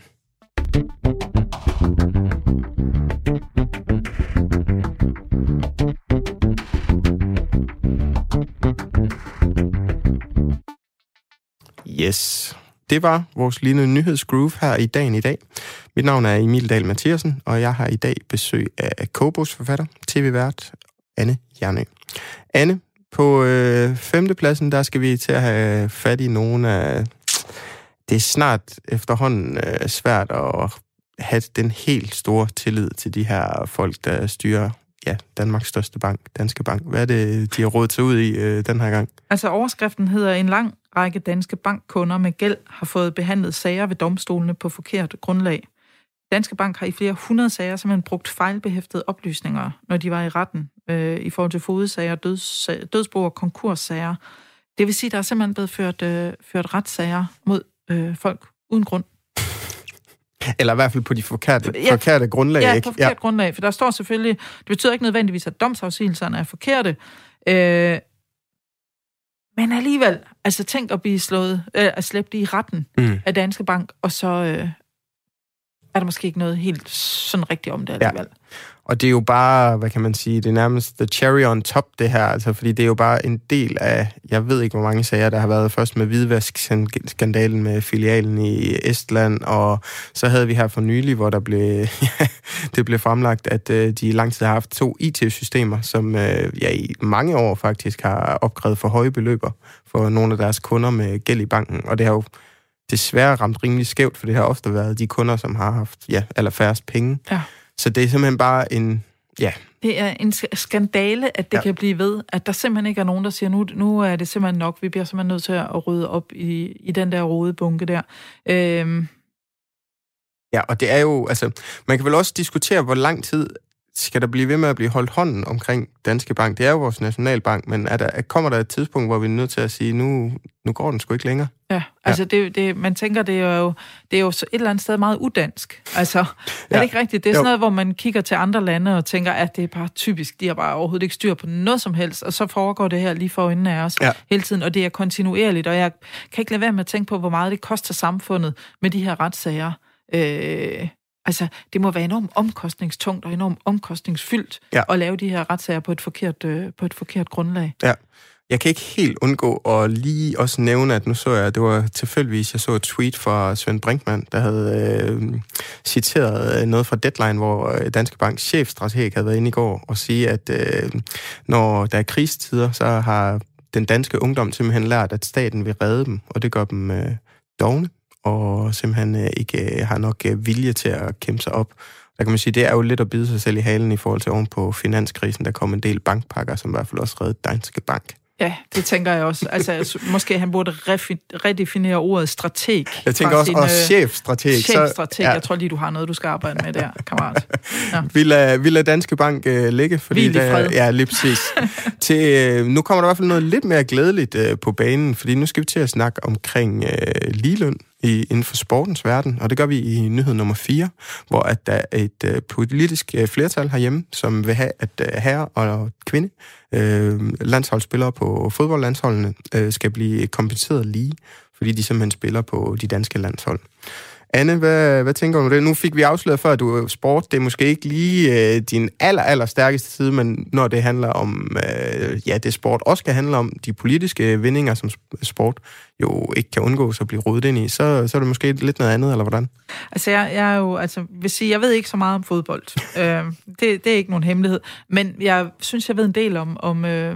Yes. Det var vores lille nyhedsgroove her i dagen i dag. Mit navn er Emil Dahl Mathiasen, og jeg har i dag besøg af Kobos forfatter, tv-vært Anne Hjernø. Anne, på øh, femtepladsen, der skal vi til at have fat i nogle af... Det er snart efterhånden øh, svært at have den helt store tillid til de her folk, der styrer ja, Danmarks største bank, Danske Bank. Hvad er det, de har rådet sig ud i øh, den her gang? Altså overskriften hedder en lang række danske bankkunder med gæld har fået behandlet sager ved domstolene på forkert grundlag. Danske Bank har i flere hundrede sager simpelthen brugt fejlbehæftede oplysninger, når de var i retten, øh, i forhold til fogedsager, døds, dødsbo og konkurssager. Det vil sige, at der er simpelthen blevet ført, øh, ført retssager mod øh, folk uden grund. Eller i hvert fald på de forkerte, ja, forkerte grundlag. Ja, ikke? på forkert ja. grundlag, for der står selvfølgelig, det betyder ikke nødvendigvis, at domsafsigelserne er forkerte, øh, men alligevel, altså tænk at blive slået, øh, at slæbt i retten mm. af Danske Bank, og så øh, er der måske ikke noget helt sådan rigtigt om det alligevel. Ja. Og det er jo bare, hvad kan man sige, det er nærmest the cherry on top, det her, altså, fordi det er jo bare en del af, jeg ved ikke, hvor mange sager, der har været først med hvidvask-skandalen med filialen i Estland, og så havde vi her for nylig, hvor der blev, ja, det blev fremlagt, at øh, de i lang tid har haft to I T-systemer, som øh, ja, i mange år faktisk har opkrævet for høje beløber for nogle af deres kunder med gæld i banken, og det har jo desværre ramt rimelig skævt, for det har ofte været de kunder, som har haft ja, allerfærrest penge. Ja. Så det er simpelthen bare en... Ja. Det er en skandale, at det ja. kan blive ved, at der simpelthen ikke er nogen, der siger, nu, nu er det simpelthen nok, vi bliver simpelthen nødt til at rydde op i, i den der rode bunke der. Øhm. Ja, og det er jo... altså, man kan vel også diskutere, hvor lang tid skal der blive ved med at blive holdt hånden omkring Danske Bank. Det er jo vores nationalbank, men er der, kommer der et tidspunkt, hvor vi er nødt til at sige, nu, nu går den sgu ikke længere? Ja, altså ja. Det, det, man tænker, det er, jo, det er jo et eller andet sted meget udansk. Altså, ja. Er det ikke rigtigt? Det er sådan noget, hvor man kigger til andre lande og tænker, at det er bare typisk, de har bare overhovedet ikke styr på noget som helst, og så foregår det her lige for øjnene af os ja. hele tiden, og det er kontinuerligt, og jeg kan ikke lade være med at tænke på, hvor meget det koster samfundet med de her retssager. Øh, altså, det må være enormt omkostningstungt og enormt omkostningsfyldt ja. at lave de her retssager på et forkert, øh, på et forkert grundlag. Ja. Jeg kan ikke helt undgå at lige også nævne, at nu så jeg, det var tilfældigvis, jeg så et tweet fra Svend Brinkmann, der havde øh, citeret noget fra Deadline, hvor Danske Banks chefstrateg havde været inde i går og sige, at øh, når der er krigstider, så har den danske ungdom simpelthen lært, at staten vil redde dem, og det gør dem øh, dovne, og simpelthen øh, ikke øh, har nok øh, vilje til at kæmpe sig op. Der kan man sige, det er jo lidt at bide sig selv i halen i forhold til oven på finanskrisen, der kom en del bankpakker, som i hvert fald også reddede Danske Bank. Ja, det tænker jeg også. Altså, måske han burde refi- redefinere ordet strateg. Jeg tænker også, sin, også chefstrateg. Chefstrateg. Ja. Jeg tror lige, du har noget, du skal arbejde med der, kammerat. Ja. Vi, lader, vi lader Danske Bank uh, ligge, fordi Hvil i fred. Der, ja, lige præcis. til, uh, nu kommer der i hvert fald noget lidt mere glædeligt uh, på banen, fordi nu skal vi til at snakke omkring uh, ligeløn i, inden for sportens verden, og det gør vi i nyhed nummer fire, hvor at der er et uh, politisk uh, flertal herhjemme, som vil have, at uh, herre og kvinde, uh, landsholdsspillere på fodboldlandsholdene, uh, skal blive kompenseret lige, fordi de simpelthen spiller på de danske landshold. Anne, hvad, hvad tænker du om det? Nu fik vi afsløret før, at du sport, det er måske ikke lige øh, din aller, aller stærkeste side, men når det handler om, øh, ja, det sport også kan handle om, de politiske vindinger, som sport jo ikke kan undgås at blive rodet ind i, så, så er det måske lidt noget andet, eller hvordan? Altså, jeg, jeg er jo, altså, vil sige, jeg ved ikke så meget om fodbold. øh, det, det er ikke nogen hemmelighed, men jeg synes, jeg ved en del om, om øh,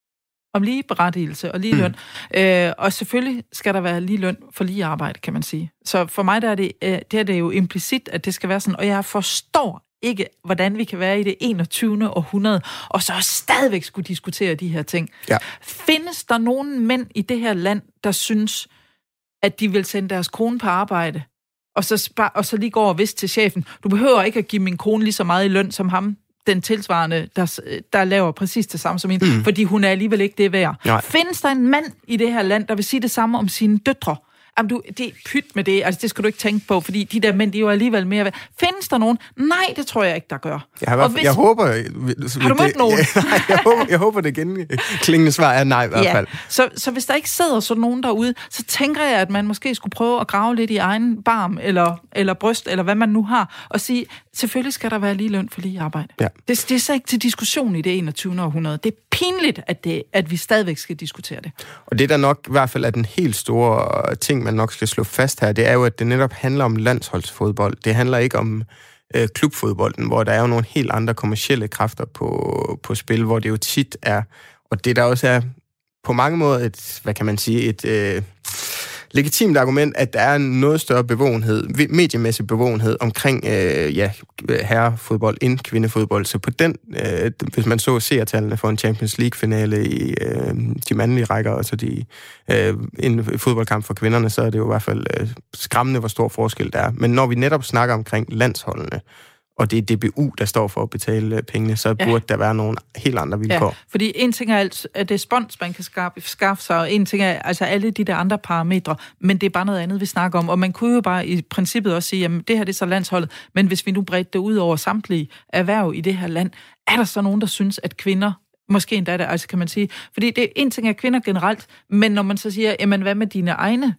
om lige berettigelse og lige løn. Mm. Øh, og selvfølgelig skal der være lige løn for lige arbejde, kan man sige. Så for mig der er det, øh, det er det jo implicit, at det skal være sådan, og jeg forstår ikke, hvordan vi kan være i det enogtyvende århundrede, og så stadigvæk skulle diskutere de her ting. Ja. Findes der nogen mænd i det her land, der synes, at de vil sende deres kone på arbejde, og så, spar- og så lige går og vist til chefen, du behøver ikke at give min kone lige så meget i løn som ham, den tilsvarende, der, der laver præcis det samme som hende, mm. fordi hun er alligevel ikke det værd. Nej. Findes der en mand i det her land, der vil sige det samme om sine døtre? Jamen, du, det er pyt med det, altså det skal du ikke tænke på, fordi de der mænd, de er jo alligevel mere værd. Findes der nogen? Nej, det tror jeg ikke, der gør. Jeg, har, hvis, jeg håber... Har du mødt nogen? nej, jeg håber, jeg håber det genklingende svar er nej i hvert fald. Ja. Så, så hvis der ikke sidder sådan nogen derude, så tænker jeg, at man måske skulle prøve at grave lidt i egen barm, eller, eller bryst, eller hvad man nu har, og sige, selvfølgelig skal der være lige løn for lige arbejde. Ja. Det, det er så ikke til diskussion i det enogtyvende århundrede. Det er pinligt, at, det, at vi stadigvæk skal diskutere det. Og det, der nok i hvert fald er den helt store ting, man nok skal slå fast her, det er jo, at det netop handler om landsholdsfodbold. Det handler ikke om øh, klubfodbolden, hvor der er jo nogle helt andre kommercielle kræfter på, på spil, hvor det jo tit er, og det der også er på mange måder et, hvad kan man sige, et øh, legitimt argument, at der er en noget større bevågenhed, mediemæssig bevågenhed omkring øh, ja, herrefodbold end kvindefodbold. Så på den, øh, hvis man så seertallene for en Champions League-finale i øh, de mandlige rækker, altså de, øh, en fodboldkamp for kvinderne, så er det jo i hvert fald øh, skræmmende, hvor stor forskel der er. Men når vi netop snakker omkring landsholdene, og det er D B U, der står for at betale pengene, så burde ja. der være nogle helt andre vilkår. Ja, fordi en ting er, alt, at det er spons, man kan skaffe, skaffe sig, og en ting er altså alle de der andre parametre, men det er bare noget andet, vi snakker om. Og man kunne jo bare i princippet også sige, jamen det her det er så landsholdet, men hvis vi nu bredte det ud over samtlige erhverv i det her land, er der så nogen, der synes, at kvinder, måske endda det, altså kan man sige, fordi det er en ting er kvinder generelt, men når man så siger, jamen hvad med dine egne mm.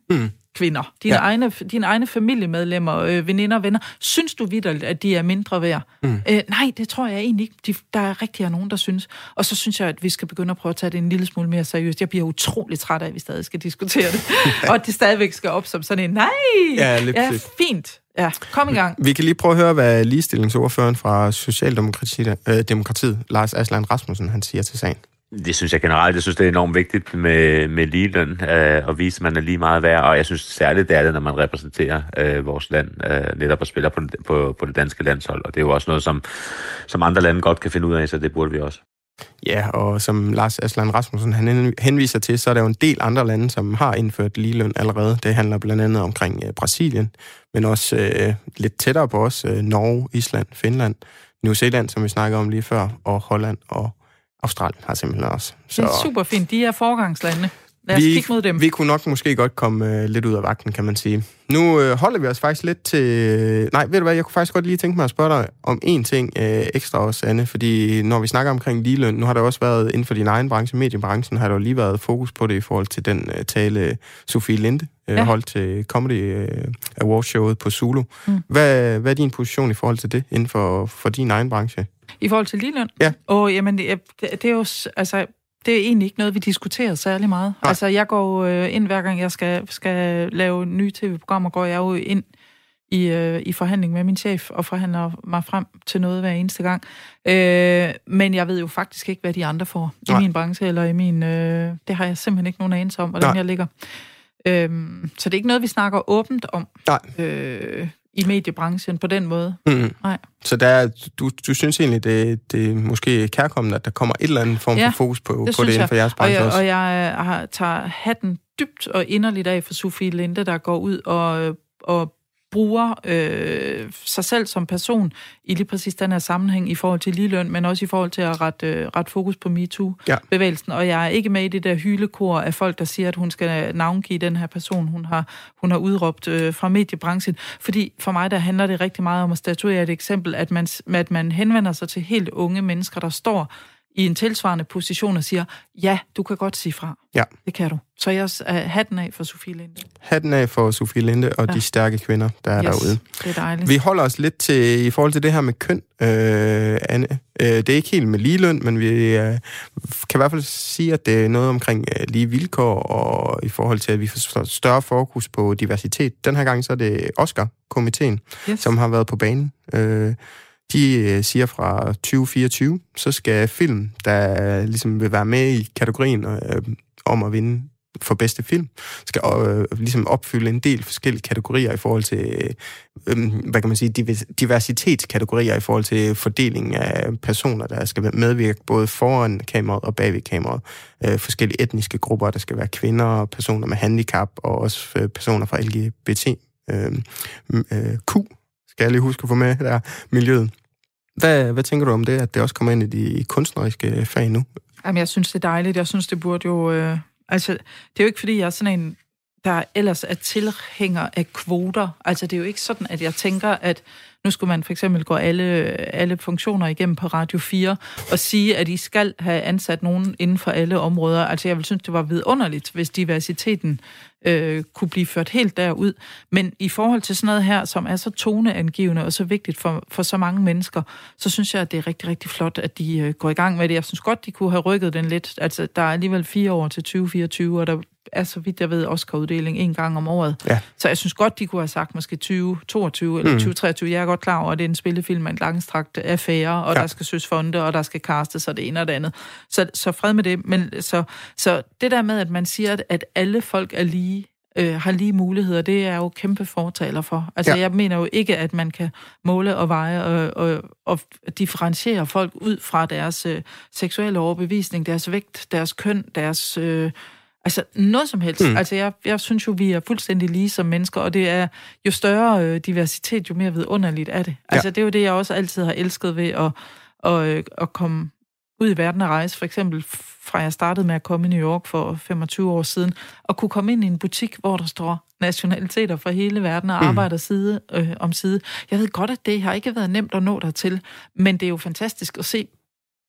kvinder, dine, ja. egne, dine egne familiemedlemmer, øh, veninder og venner, synes du vitterligt, at de er mindre værd? Mm. Øh, nej, det tror jeg egentlig ikke. De, der er rigtig nogen, der synes. Og så synes jeg, at vi skal begynde at prøve at tage det en lille smule mere seriøst. Jeg bliver utrolig træt af, at vi stadig skal diskutere det. Og at det stadigvæk skal op som sådan en, nej, ja, ja fint. Ja, kom i gang. Vi kan lige prøve at høre, hvad ligestillingsordføreren fra Socialdemokratiet, øh, Demokratiet, Lars Aslan Rasmussen, han siger til sagen. Det synes jeg generelt. Jeg synes, det er enormt vigtigt med, med ligeløn øh, at vise, at man er lige meget værd. Og jeg synes særligt, det er det, når man repræsenterer øh, vores land, øh, netop at spille på, på, på det danske landshold. Og det er jo også noget, som, som andre lande godt kan finde ud af, så det burde vi også. Ja, og som Lars Aslan Rasmussen han henviser til, så er der jo en del andre lande, som har indført ligeløn allerede. Det handler blandt andet omkring øh, Brasilien, men også øh, lidt tættere på os, øh, Norge, Island, Finland, New Zealand, som vi snakker om lige før, og Holland og Australien har simpelthen også. Så det er super fint. De er forgangslandene. Lad os vi, kigge mod dem. Vi kunne nok måske godt komme øh, lidt ud af vagten, kan man sige. Nu øh, holder vi os faktisk lidt til... Nej, ved du hvad, jeg kunne faktisk godt lige tænke mig at spørge dig om én ting øh, ekstra også, Anne. Fordi når vi snakker omkring ligeløn, nu har der også været inden for din egen branche, mediebranchen, har der jo lige været fokus på det i forhold til den øh, tale, Sofie Linde øh, ja. holdt til Comedy øh, Awards-showet på Zulu. Mm. Hvad, hvad er din position i forhold til det inden for, for din egen branche? I forhold til ligeløn? Ja. Og jamen, det, det er jo... Altså, det er egentlig ikke noget, vi diskuterer særlig meget. Nej. Altså, jeg går øh, ind, hver gang jeg skal, skal lave nye tv-programmer, går jeg jo ind i, øh, i forhandling med min chef og forhandler mig frem til noget hver eneste gang. Øh, men jeg ved jo faktisk ikke, hvad de andre får Nej. i min branche, eller i min... Øh, det har jeg simpelthen ikke nogen anelse om, hvordan Nej. jeg ligger. Øh, så det er ikke noget, vi snakker åbent om. Nej. Øh, i mediebranchen på den måde. Mm. Nej. Så der, du, du synes egentlig, det, det er måske kærkommende, at der kommer et eller andet form for ja, fokus på det, på det inden for jeres branche og jeg, også? Og jeg har, tager hatten dybt og inderligt af for Sofie Linde, der går ud og, og bruger øh, sig selv som person i lige præcis den her sammenhæng i forhold til ligeløn, men også i forhold til at rette, øh, rette fokus på MeToo-bevægelsen. Ja. Og jeg er ikke med i det der hylekor af folk, der siger, at hun skal navngive den her person, hun har, hun har udråbt øh, fra mediebranchen. Fordi for mig, der handler det rigtig meget om at statuere et eksempel, at man, at man henvender sig til helt unge mennesker, der står i en tilsvarende position og siger, ja, du kan godt sige fra. Ja. Det kan du. Så jeg uh, hatten af for Sofie Linde. Hatten af for Sofie Linde og ja. de stærke kvinder, der er yes, derude. Det er dejligt. Vi holder os lidt til, i forhold til det her med køn, øh, Anne. Øh, det er ikke helt med ligeløn, men vi øh, kan i hvert fald sige, at det er noget omkring øh, lige vilkår, og i forhold til, at vi får større fokus på diversitet. Den her gang så er det Oscar-komiteen, yes. som har været på banen. Øh, De siger fra tyve fireogtyve, så skal film, der ligesom vil være med i kategorien øh, om at vinde for bedste film, skal øh, ligesom opfylde en del forskellige kategorier i forhold til, øh, hvad kan man sige, diversitetskategorier i forhold til fordelingen af personer, der skal medvirke både foran kameraet og bagved kameraet. Øh, forskellige etniske grupper, der skal være kvinder, personer med handicap og også personer fra L G B T øh, øh, Q, skal jeg lige huske at få med der, miljøet. Hvad, hvad tænker du om det, at det også kommer ind i de kunstneriske fag nu? Jamen, jeg synes, det er dejligt. Jeg synes, det burde jo... Øh, altså, det er jo ikke, fordi jeg er sådan en, der ellers er tilhænger af kvoter. Altså, det er jo ikke sådan, at jeg tænker, at nu skulle man for eksempel gå alle, alle funktioner igennem på Radio fire og sige, at I skal have ansat nogen inden for alle områder. Altså, jeg ville synes, det var vidunderligt, hvis diversiteten øh, kunne blive ført helt derud. Men i forhold til sådan noget her, som er så toneangivende og så vigtigt for, for så mange mennesker, så synes jeg, at det er rigtig, rigtig flot, at de øh, går i gang med det. Jeg synes godt, de kunne have rykket den lidt. Altså, der er alligevel fire år til tyve fireogtyve, og der er, så vidt jeg ved, Oscar-uddeling en gang om året. Ja. Så jeg synes godt, de kunne have sagt måske tyve toogtyve eller mm. tyve treogtyve. Jeg er godt klar over, at det er en spillefilm med en langstrakt affære, og ja. der skal søges fonde, og der skal castes, og det ene og det andet. Så, så fred med det. Men så, så det der med, at man siger, at alle folk er lige, øh, har lige muligheder, det er jo kæmpe fortaler for. Altså, ja. jeg mener jo ikke, at man kan måle og veje og, og, og differentiere folk ud fra deres øh, seksuelle overbevisning, deres vægt, deres køn, deres... Øh, Altså noget som helst. Mm. Altså jeg, jeg synes jo, vi er fuldstændig lige som mennesker, og det er jo større øh, diversitet, jo mere vidunderligt er det. Altså ja. det er jo det, jeg også altid har elsket ved at, at, at komme ud i verden og rejse. For eksempel fra jeg startede med at komme i New York for femogtyve år siden, og kunne komme ind i en butik, hvor der står nationaliteter fra hele verden og arbejder mm. side øh, om side. Jeg ved godt, at det har ikke været nemt at nå dertil, men det er jo fantastisk at se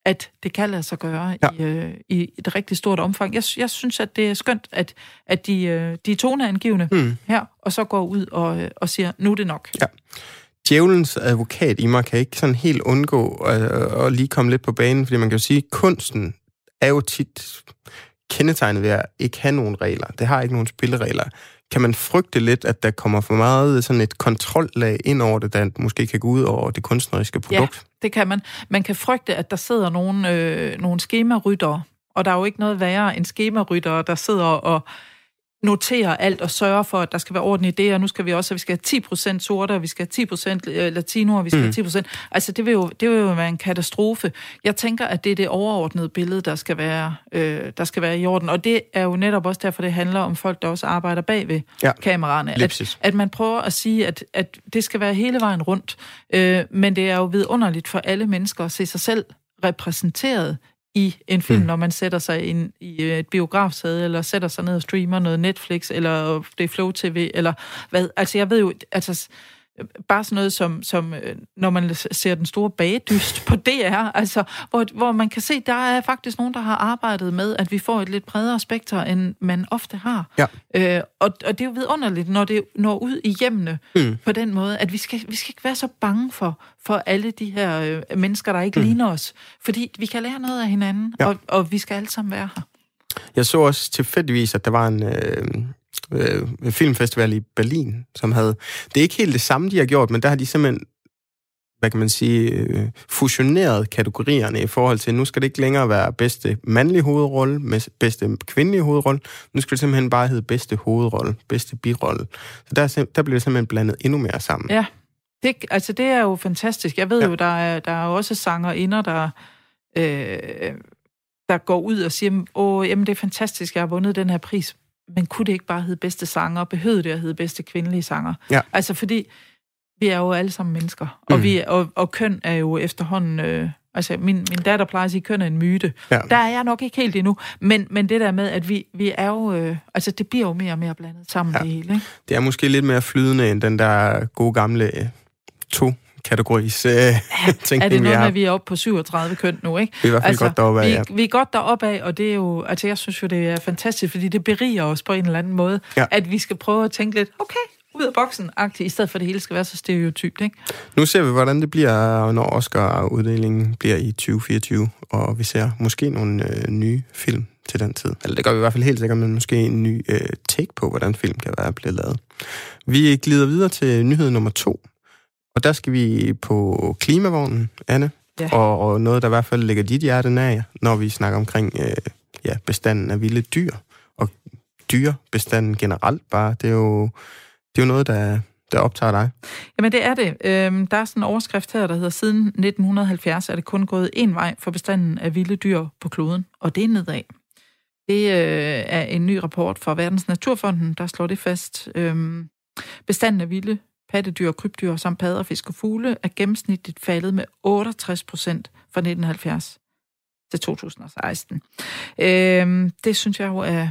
at det kan lade sig gøre ja. i, øh, i et rigtig stort omfang. Jeg, jeg synes, at det er skønt, at, at de, øh, de er toneangivende mm. her, og så går ud og, og siger, nu er det nok. Ja. Djævelens advokat i mig kan ikke sådan helt undgå at, at lige komme lidt på banen, fordi man kan jo sige, at kunsten er jo tit kendetegnet ved at ikke have nogen regler. Det har ikke nogen spilleregler. Kan man frygte lidt, at der kommer for meget sådan et kontrollag ind over det, der måske kan gå ud over det kunstneriske produkt? Ja, det kan man. Man kan frygte, at der sidder nogle, øh, nogle skemaryttere, og der er jo ikke noget værre end skemaryttere, der sidder og noterer alt og sørger for, at der skal være orden i det, og nu skal vi også, at vi skal have ti procent sorte, og vi skal have ti procent latino, og vi skal mm. have ti procent. Altså, det vil, jo, det vil jo være en katastrofe. Jeg tænker, at det er det overordnede billede, der skal være, øh, der skal være i orden, og det er jo netop også derfor, det handler om folk, der også arbejder bag ved ja. kameraerne. At, at man prøver at sige, at, at det skal være hele vejen rundt, øh, men det er jo vidunderligt for alle mennesker at se sig selv repræsenteret i en film, mm. når man sætter sig ind i et biografsæde, eller sætter sig ned og streamer noget Netflix, eller det er Flow T V, eller hvad. Altså, jeg ved jo, altså, bare sådan noget som, som når man ser den store bagedyst på D R, altså, hvor, hvor man kan se, der er faktisk nogen, der har arbejdet med, at vi får et lidt bredere spekter, end man ofte har. Ja. Øh, og, og det er jo vidunderligt, når det når ud i hjemmene mm. på den måde, at vi skal, vi skal ikke være så bange for, for alle de her øh, mennesker, der ikke mm. ligner os. Fordi vi kan lære noget af hinanden, ja. og, og vi skal alle sammen være her. Jeg så også tilfældigvis, at der var en... Øh Øh, filmfestival i Berlin, som havde... Det er ikke helt det samme, de har gjort, men der har de simpelthen, hvad kan man sige, øh, fusioneret kategorierne i forhold til, nu skal det ikke længere være bedste mandlige hovedrolle med bedste kvindelige hovedrolle, nu skal det simpelthen bare hedde bedste hovedrolle, bedste birolle. Så der, der bliver det simpelthen blandet endnu mere sammen. Ja, det, altså det er jo fantastisk. Jeg ved ja. jo, der er, der er også sangerinder, der... Øh, der går ud og siger, åh, jamen det er fantastisk, jeg har vundet den her pris. Men kunne det ikke bare hedde bedste sanger? Behøvede det at hedde bedste kvindelige sanger? Ja. Altså, fordi vi er jo alle sammen mennesker. Og, mm. vi, og, og køn er jo efterhånden... Øh, altså, min, min datter plejer at sige, at køn er en myte. Ja. Der er jeg nok ikke helt endnu. Men, men det der med, at vi, vi er jo... Øh, altså, det bliver jo mere og mere blandet sammen, ja. det hele. Ikke? Det er måske lidt mere flydende, end den der gode gamle øh, to kategoris øh, ja, tænkning, er det noget med, at vi er oppe på syvogtredive køn nu, ikke? Vi er i hvert fald altså, godt deroppe af, ja. vi, vi er godt deroppe af, og det er jo, altså jeg synes jo, det er fantastisk, fordi det beriger os på en eller anden måde, ja. at vi skal prøve at tænke lidt, okay, ud af boksen-agtigt, i stedet for, at det hele skal være så stereotypt, ikke? Nu ser vi, hvordan det bliver, når Oscar-uddelingen bliver i tyve fireogtyve, og vi ser måske nogle øh, nye film til den tid. Eller det gør vi i hvert fald helt sikkert, men måske en ny øh, take på, hvordan film kan være blevet lavet. Vi glider videre til nyhed nummer to. Og der skal vi på klimavognen, Anne, ja. og, og noget, der i hvert fald ligger dit hjerte nær, når vi snakker omkring øh, ja, bestanden af vilde dyr, og dyrebestanden generelt bare. Det er jo, det er jo noget, der, der optager dig. Jamen det er det. Øhm, der er sådan en overskrift her, der hedder, siden nitten halvfjerds er det kun gået én vej for bestanden af vilde dyr på kloden, og det er nedad. Det øh, er en ny rapport fra Verdens Naturfonden, der slår det fast. Øhm, bestanden af vilde pattedyr, krybdyr samt padder, fisk og fugle er gennemsnitligt faldet med otteogtres procent fra nitten halvfjerds til to tusind og seksten. Øhm, det synes jeg jo er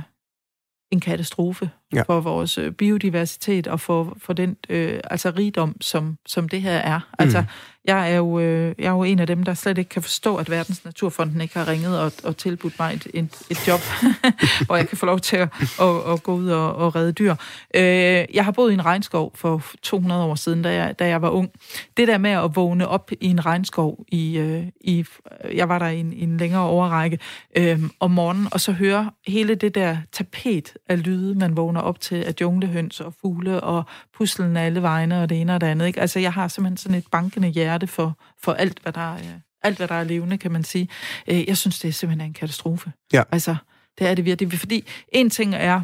en katastrofe ja. for vores biodiversitet og for, for den øh, altså rigdom, som, som det her er. Mm. Altså, jeg er, jo, øh, jeg er jo en af dem, der slet ikke kan forstå, at Verdens Naturfonden ikke har ringet og, og tilbudt mig et, et, et job, hvor jeg kan få lov til at, at, at gå ud og, og redde dyr. Øh, jeg har boet i en regnskov for to hundrede år siden, da jeg, da jeg var ung. Det der med at vågne op i en regnskov, i, øh, i, jeg var der i en, i en længere overrække, øh, om morgenen, og så høre hele det der tapet af lyde, man vågner op til, af junglehøns og fugle og puslen af alle vegne og det ene og det andet. Ikke? Altså, jeg har simpelthen sådan et bankende hjerte for, for alt, hvad der er, alt, hvad der er levende, kan man sige. Jeg synes, det er simpelthen en katastrofe. Ja. Altså, det er det virkelig. Fordi en ting er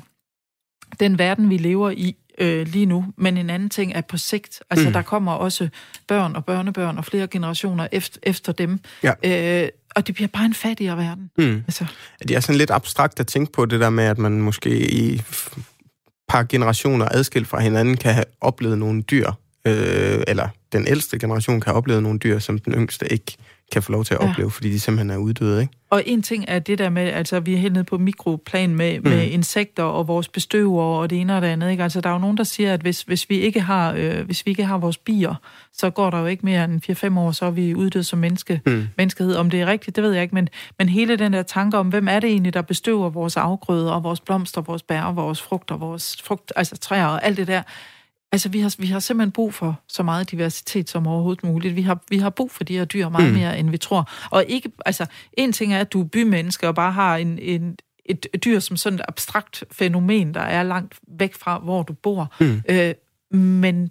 den verden, vi lever i øh, lige nu, men en anden ting er på sigt. Altså, mm. der kommer også børn og børnebørn og flere generationer efter, efter dem. Ja. Øh, og det bliver bare en fattigere verden. Mm. Altså. Det er sådan lidt abstrakt at tænke på det der med, at man måske i par generationer adskilt fra hinanden kan have oplevet nogle dyr, øh, eller den ældste generation kan opleve nogle dyr, som den yngste ikke kan få lov til at opleve, ja. Fordi de simpelthen er uddøde, ikke? Og en ting er det der med, altså vi er helt nede på mikroplan med, mm. med insekter og vores bestøver og det ene og det andet, ikke? Altså der er jo nogen, der siger, at hvis, hvis, vi, ikke har, øh, hvis vi ikke har vores bier, så går der jo ikke mere end fire fem år, så er vi uddøde som menneske, mm. menneskehed. Om det er rigtigt, det ved jeg ikke, men, men hele den der tanke om, hvem er det egentlig, der bestøver vores afgrøder og vores blomster, vores bær, vores frugter, vores frugt, altså træer og alt det der. Altså, vi har, vi har simpelthen brug for så meget diversitet som overhovedet muligt. Vi har, vi har brug for de her dyr meget mm. mere, end vi tror. Og ikke, altså, en ting er, at du er bymenneske og bare har en, en, et dyr som sådan et abstrakt fænomen, der er langt væk fra, hvor du bor. Mm. Øh, men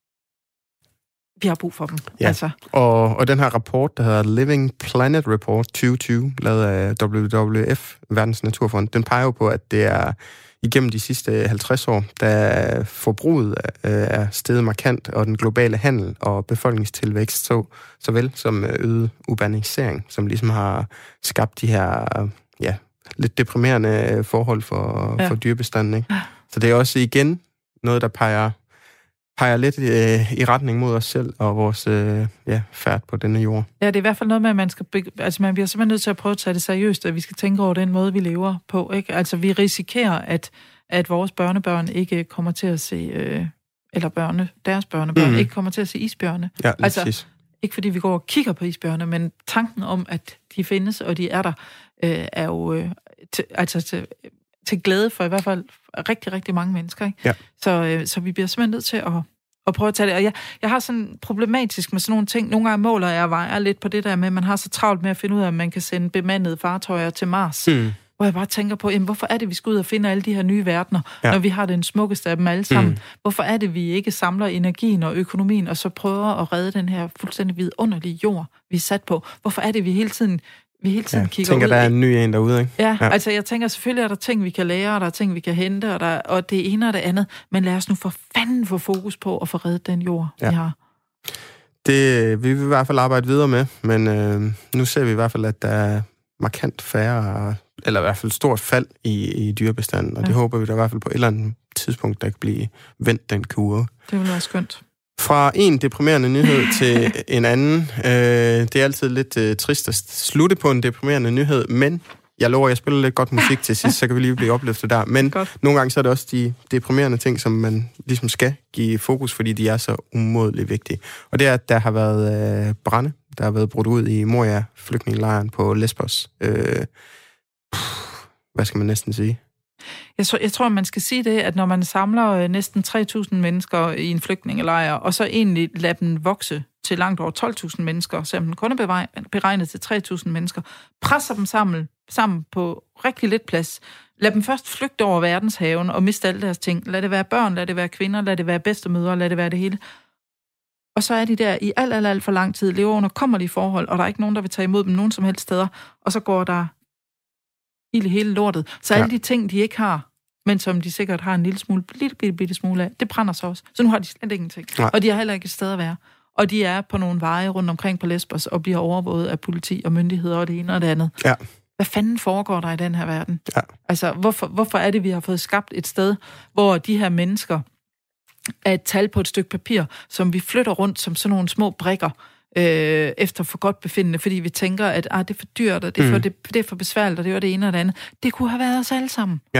vi har brug for dem. Ja. Altså. Og, og den her rapport, der hedder Living Planet Report tyve tyve, lavet af W W F, Verdens Naturfond, den peger jo på, at det er igennem de sidste halvtreds år, da forbruget er steget markant, og den globale handel og befolkningstilvækst så, såvel som øget urbanisering, som ligesom har skabt de her ja, lidt deprimerende forhold for, ja. for dyrebestanden. Ikke? Så det er også igen noget, der peger, peger lidt øh, i retning mod os selv og vores øh, ja, færd på denne jord. Ja, det er i hvert fald noget med, at man skal be- altså man bliver simpelthen nødt til at prøve at tage det seriøst, at vi skal tænke over den måde, vi lever på. Ikke? Altså vi risikerer, at at vores børnebørn ikke kommer til at se, øh, eller børne, deres børnebørn mm. ikke kommer til at se isbjørne. Ja, altså, præcis. Ikke fordi vi går og kigger på isbjørne, men tanken om, at de findes, og de er der, øh, er jo øh, til, altså til, til glæde for i hvert fald rigtig, rigtig mange mennesker. Ikke? Ja. Så, øh, så vi bliver simpelthen nødt til at, at prøve at tage det. Og jeg, jeg har sådan problematisk med sådan nogle ting. Nogle gange måler jeg vejer lidt på det der med, at man har så travlt med at finde ud af, at man kan sende bemandede fartøjer til Mars. Mm. Hvor jeg bare tænker på, jamen, hvorfor er det, vi skal ud og finde alle de her nye verdener, ja. når vi har den smukkeste af dem alle sammen? Mm. Hvorfor er det, vi ikke samler energien og økonomien, og så prøver at redde den her fuldstændig vidunderlige jord, vi er sat på? Hvorfor er det, vi hele tiden, vi hele tiden ja, kigger tænker, ud? Der er en ny en derude, ikke? Ja, ja, altså jeg tænker, selvfølgelig er der ting, vi kan lære, og der er ting, vi kan hente, og, der, og det ene og det andet, men lad os nu for fanden få fokus på at få reddet den jord, ja. vi har. Det vi vil i hvert fald arbejde videre med, men øh, nu ser vi i hvert fald, at der er markant færre, eller i hvert fald stort fald i, i dyrebestanden, og ja. det håber vi da i hvert fald på et eller andet tidspunkt, der kan blive vendt den kurve. Det vil være skønt. Fra en deprimerende nyhed til en anden. Øh, det er altid lidt øh, trist at slutte på en deprimerende nyhed, men jeg lover, jeg spiller lidt godt musik til sidst, så kan vi lige blive opløftet der. Men godt. Nogle gange så er det også de deprimerende ting, som man ligesom skal give fokus, fordi de er så umådeligt vigtige. Og det er, at der har været øh, brande, der har været brudt ud i Moria, flygtningelejren på Lesbos. Øh, hvad skal man næsten sige? Jeg tror, jeg tror, man skal sige det, at når man samler næsten tre tusind mennesker i en flygtningelejr, og så egentlig lader dem vokse til langt over tolv tusind mennesker, selvom den kun er beregnet til tre tusind mennesker, presser dem sammen, sammen på rigtig lidt plads. Lad dem først flygte over verdenshaven og miste alle deres ting. Lad det være børn, lad det være kvinder, lad det være bedstemødre, lad det være det hele. Og så er de der i alt, alt, alt for lang tid, lever under kommerlige forhold, og der er ikke nogen, der vil tage imod dem nogen som helst steder, og så går der hele, hele lortet. Så alle ja. de ting, de ikke har, men som de sikkert har en lille smule, lille bitte, bitte smule af, det brænder så også. Så nu har de slet ingenting. Nej. Og de har heller ikke et sted at være. Og de er på nogle veje rundt omkring på Lesbos, og bliver overvåget af politi og myndigheder og det ene og det andet. Ja. Hvad fanden foregår der i den her verden? Ja. Altså, hvorfor, hvorfor er det, vi har fået skabt et sted, hvor de her mennesker er et tal på et stykke papir, som vi flytter rundt som sådan nogle små brikker, øh, efter for godt befindende, fordi vi tænker, at ah, det er for dyrt, og det er for, mm. det, det er for besværligt, og det er det ene og det andet. Det kunne have været os alle sammen. Ja.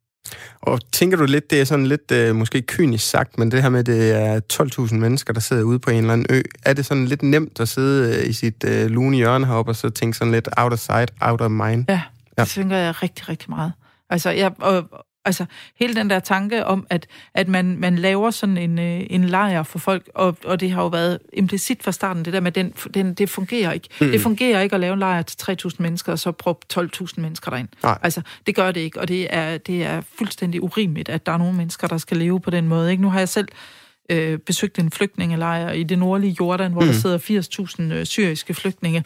Og tænker du lidt, det er sådan lidt, øh, måske kynisk sagt, men det her med, det er tolv tusind mennesker, der sidder ude på en eller anden ø, er det sådan lidt nemt at sidde øh, i sit øh, lune hjørne heroppe, og så tænke sådan lidt out of sight, out of mind? Ja, det ja. tænker jeg rigtig, rigtig meget. Altså, jeg... Og, Altså, hele den der tanke om, at, at man, man laver sådan en, en lejr for folk, og, og det har jo været implicit fra starten, det der med, den, den det fungerer ikke. Mm. Det fungerer ikke at lave en lejr til tre tusind mennesker, og så proppe tolv tusind mennesker derind. Nej. Altså, det gør det ikke, og det er, det er fuldstændig urimeligt, at der er nogle mennesker, der skal leve på den måde. Ikke? Nu har jeg selv øh, besøgt en flygtningelejr i det nordlige Jordan, hvor mm. der sidder firs tusind øh, syriske flygtninge.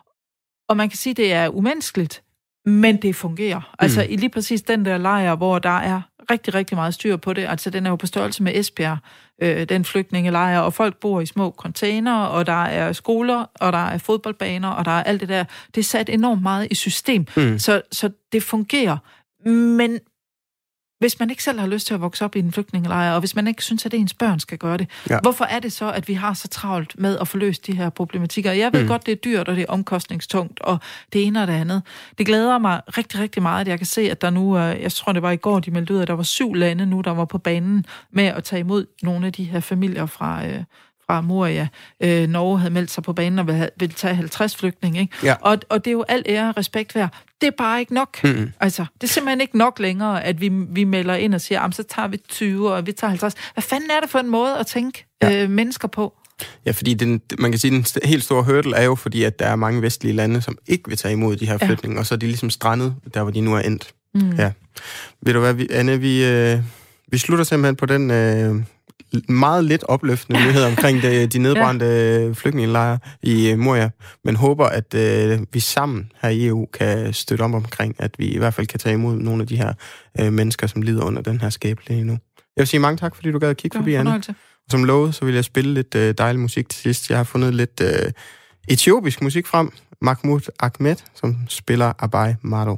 Og man kan sige, det er umenneskeligt, men det fungerer. Altså mm. i lige præcis den der lejr, hvor der er rigtig, rigtig meget styr på det. Altså den er jo på størrelse med Esbjerg, øh, den flygtningelejr, og folk bor i små container, og der er skoler, og der er fodboldbaner, og der er alt det der. Det er sat enormt meget i system, mm. så, så det fungerer. Men hvis man ikke selv har lyst til at vokse op i en flygtningelejr, og hvis man ikke synes, at ens børn skal gøre det, ja. Hvorfor er det så, at vi har så travlt med at få løst de her problematikker? Jeg ved mm. godt, det er dyrt, og det er omkostningstungt, og det ene og det andet. Det glæder mig rigtig, rigtig meget, at jeg kan se, at der nu, jeg tror, det var i går, de meldte ud, at der var syv lande nu, der var på banen med at tage imod nogle af de her familier fra... Øh, fra Moria. Øh, Norge havde meldt sig på banen og ville, ville tage halvtreds flygtninge, ikke? Ja. Og, og det er jo alt ære og respekt værd. Det er bare ikke nok. Mm-hmm. Altså, det er simpelthen ikke nok længere, at vi, vi melder ind og siger, så tager vi tyve, og vi tager halvtreds. Hvad fanden er det for en måde at tænke ja. øh, mennesker på? Ja, fordi den, man kan sige, den helt store hurdle er jo, fordi at der er mange vestlige lande, som ikke vil tage imod de her flygtninge, ja. Og så er de ligesom strandet, der hvor de nu er endt. Mm. Ja. Ved du hvad, vi, Anne, vi, øh, vi slutter simpelthen på den... Øh, meget lidt opløftende nyhed omkring de, de nedbrændte ja. flygtningelejre i Moria, men håber, at øh, vi sammen her i E U kan støtte om omkring, at vi i hvert fald kan tage imod nogle af de her øh, mennesker, som lider under den her skæbne lige nu. Jeg vil sige mange tak, fordi du gad at kigge forbi, Anne. Som lovet, så vil jeg spille lidt øh, dejlig musik til sidst. Jeg har fundet lidt øh, etiopisk musik frem. Mahmoud Ahmed, som spiller Abai Mado.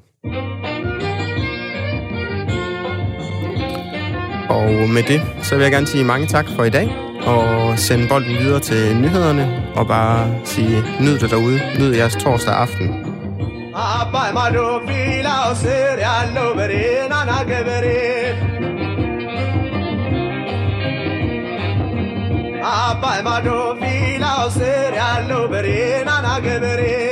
Og med det, så vil jeg gerne sige mange tak for i dag, og sende bolden videre til nyhederne, og bare sige, nyd det derude, nyd jeres torsdag aften. Abba ma do fila o ser allo berena na gebere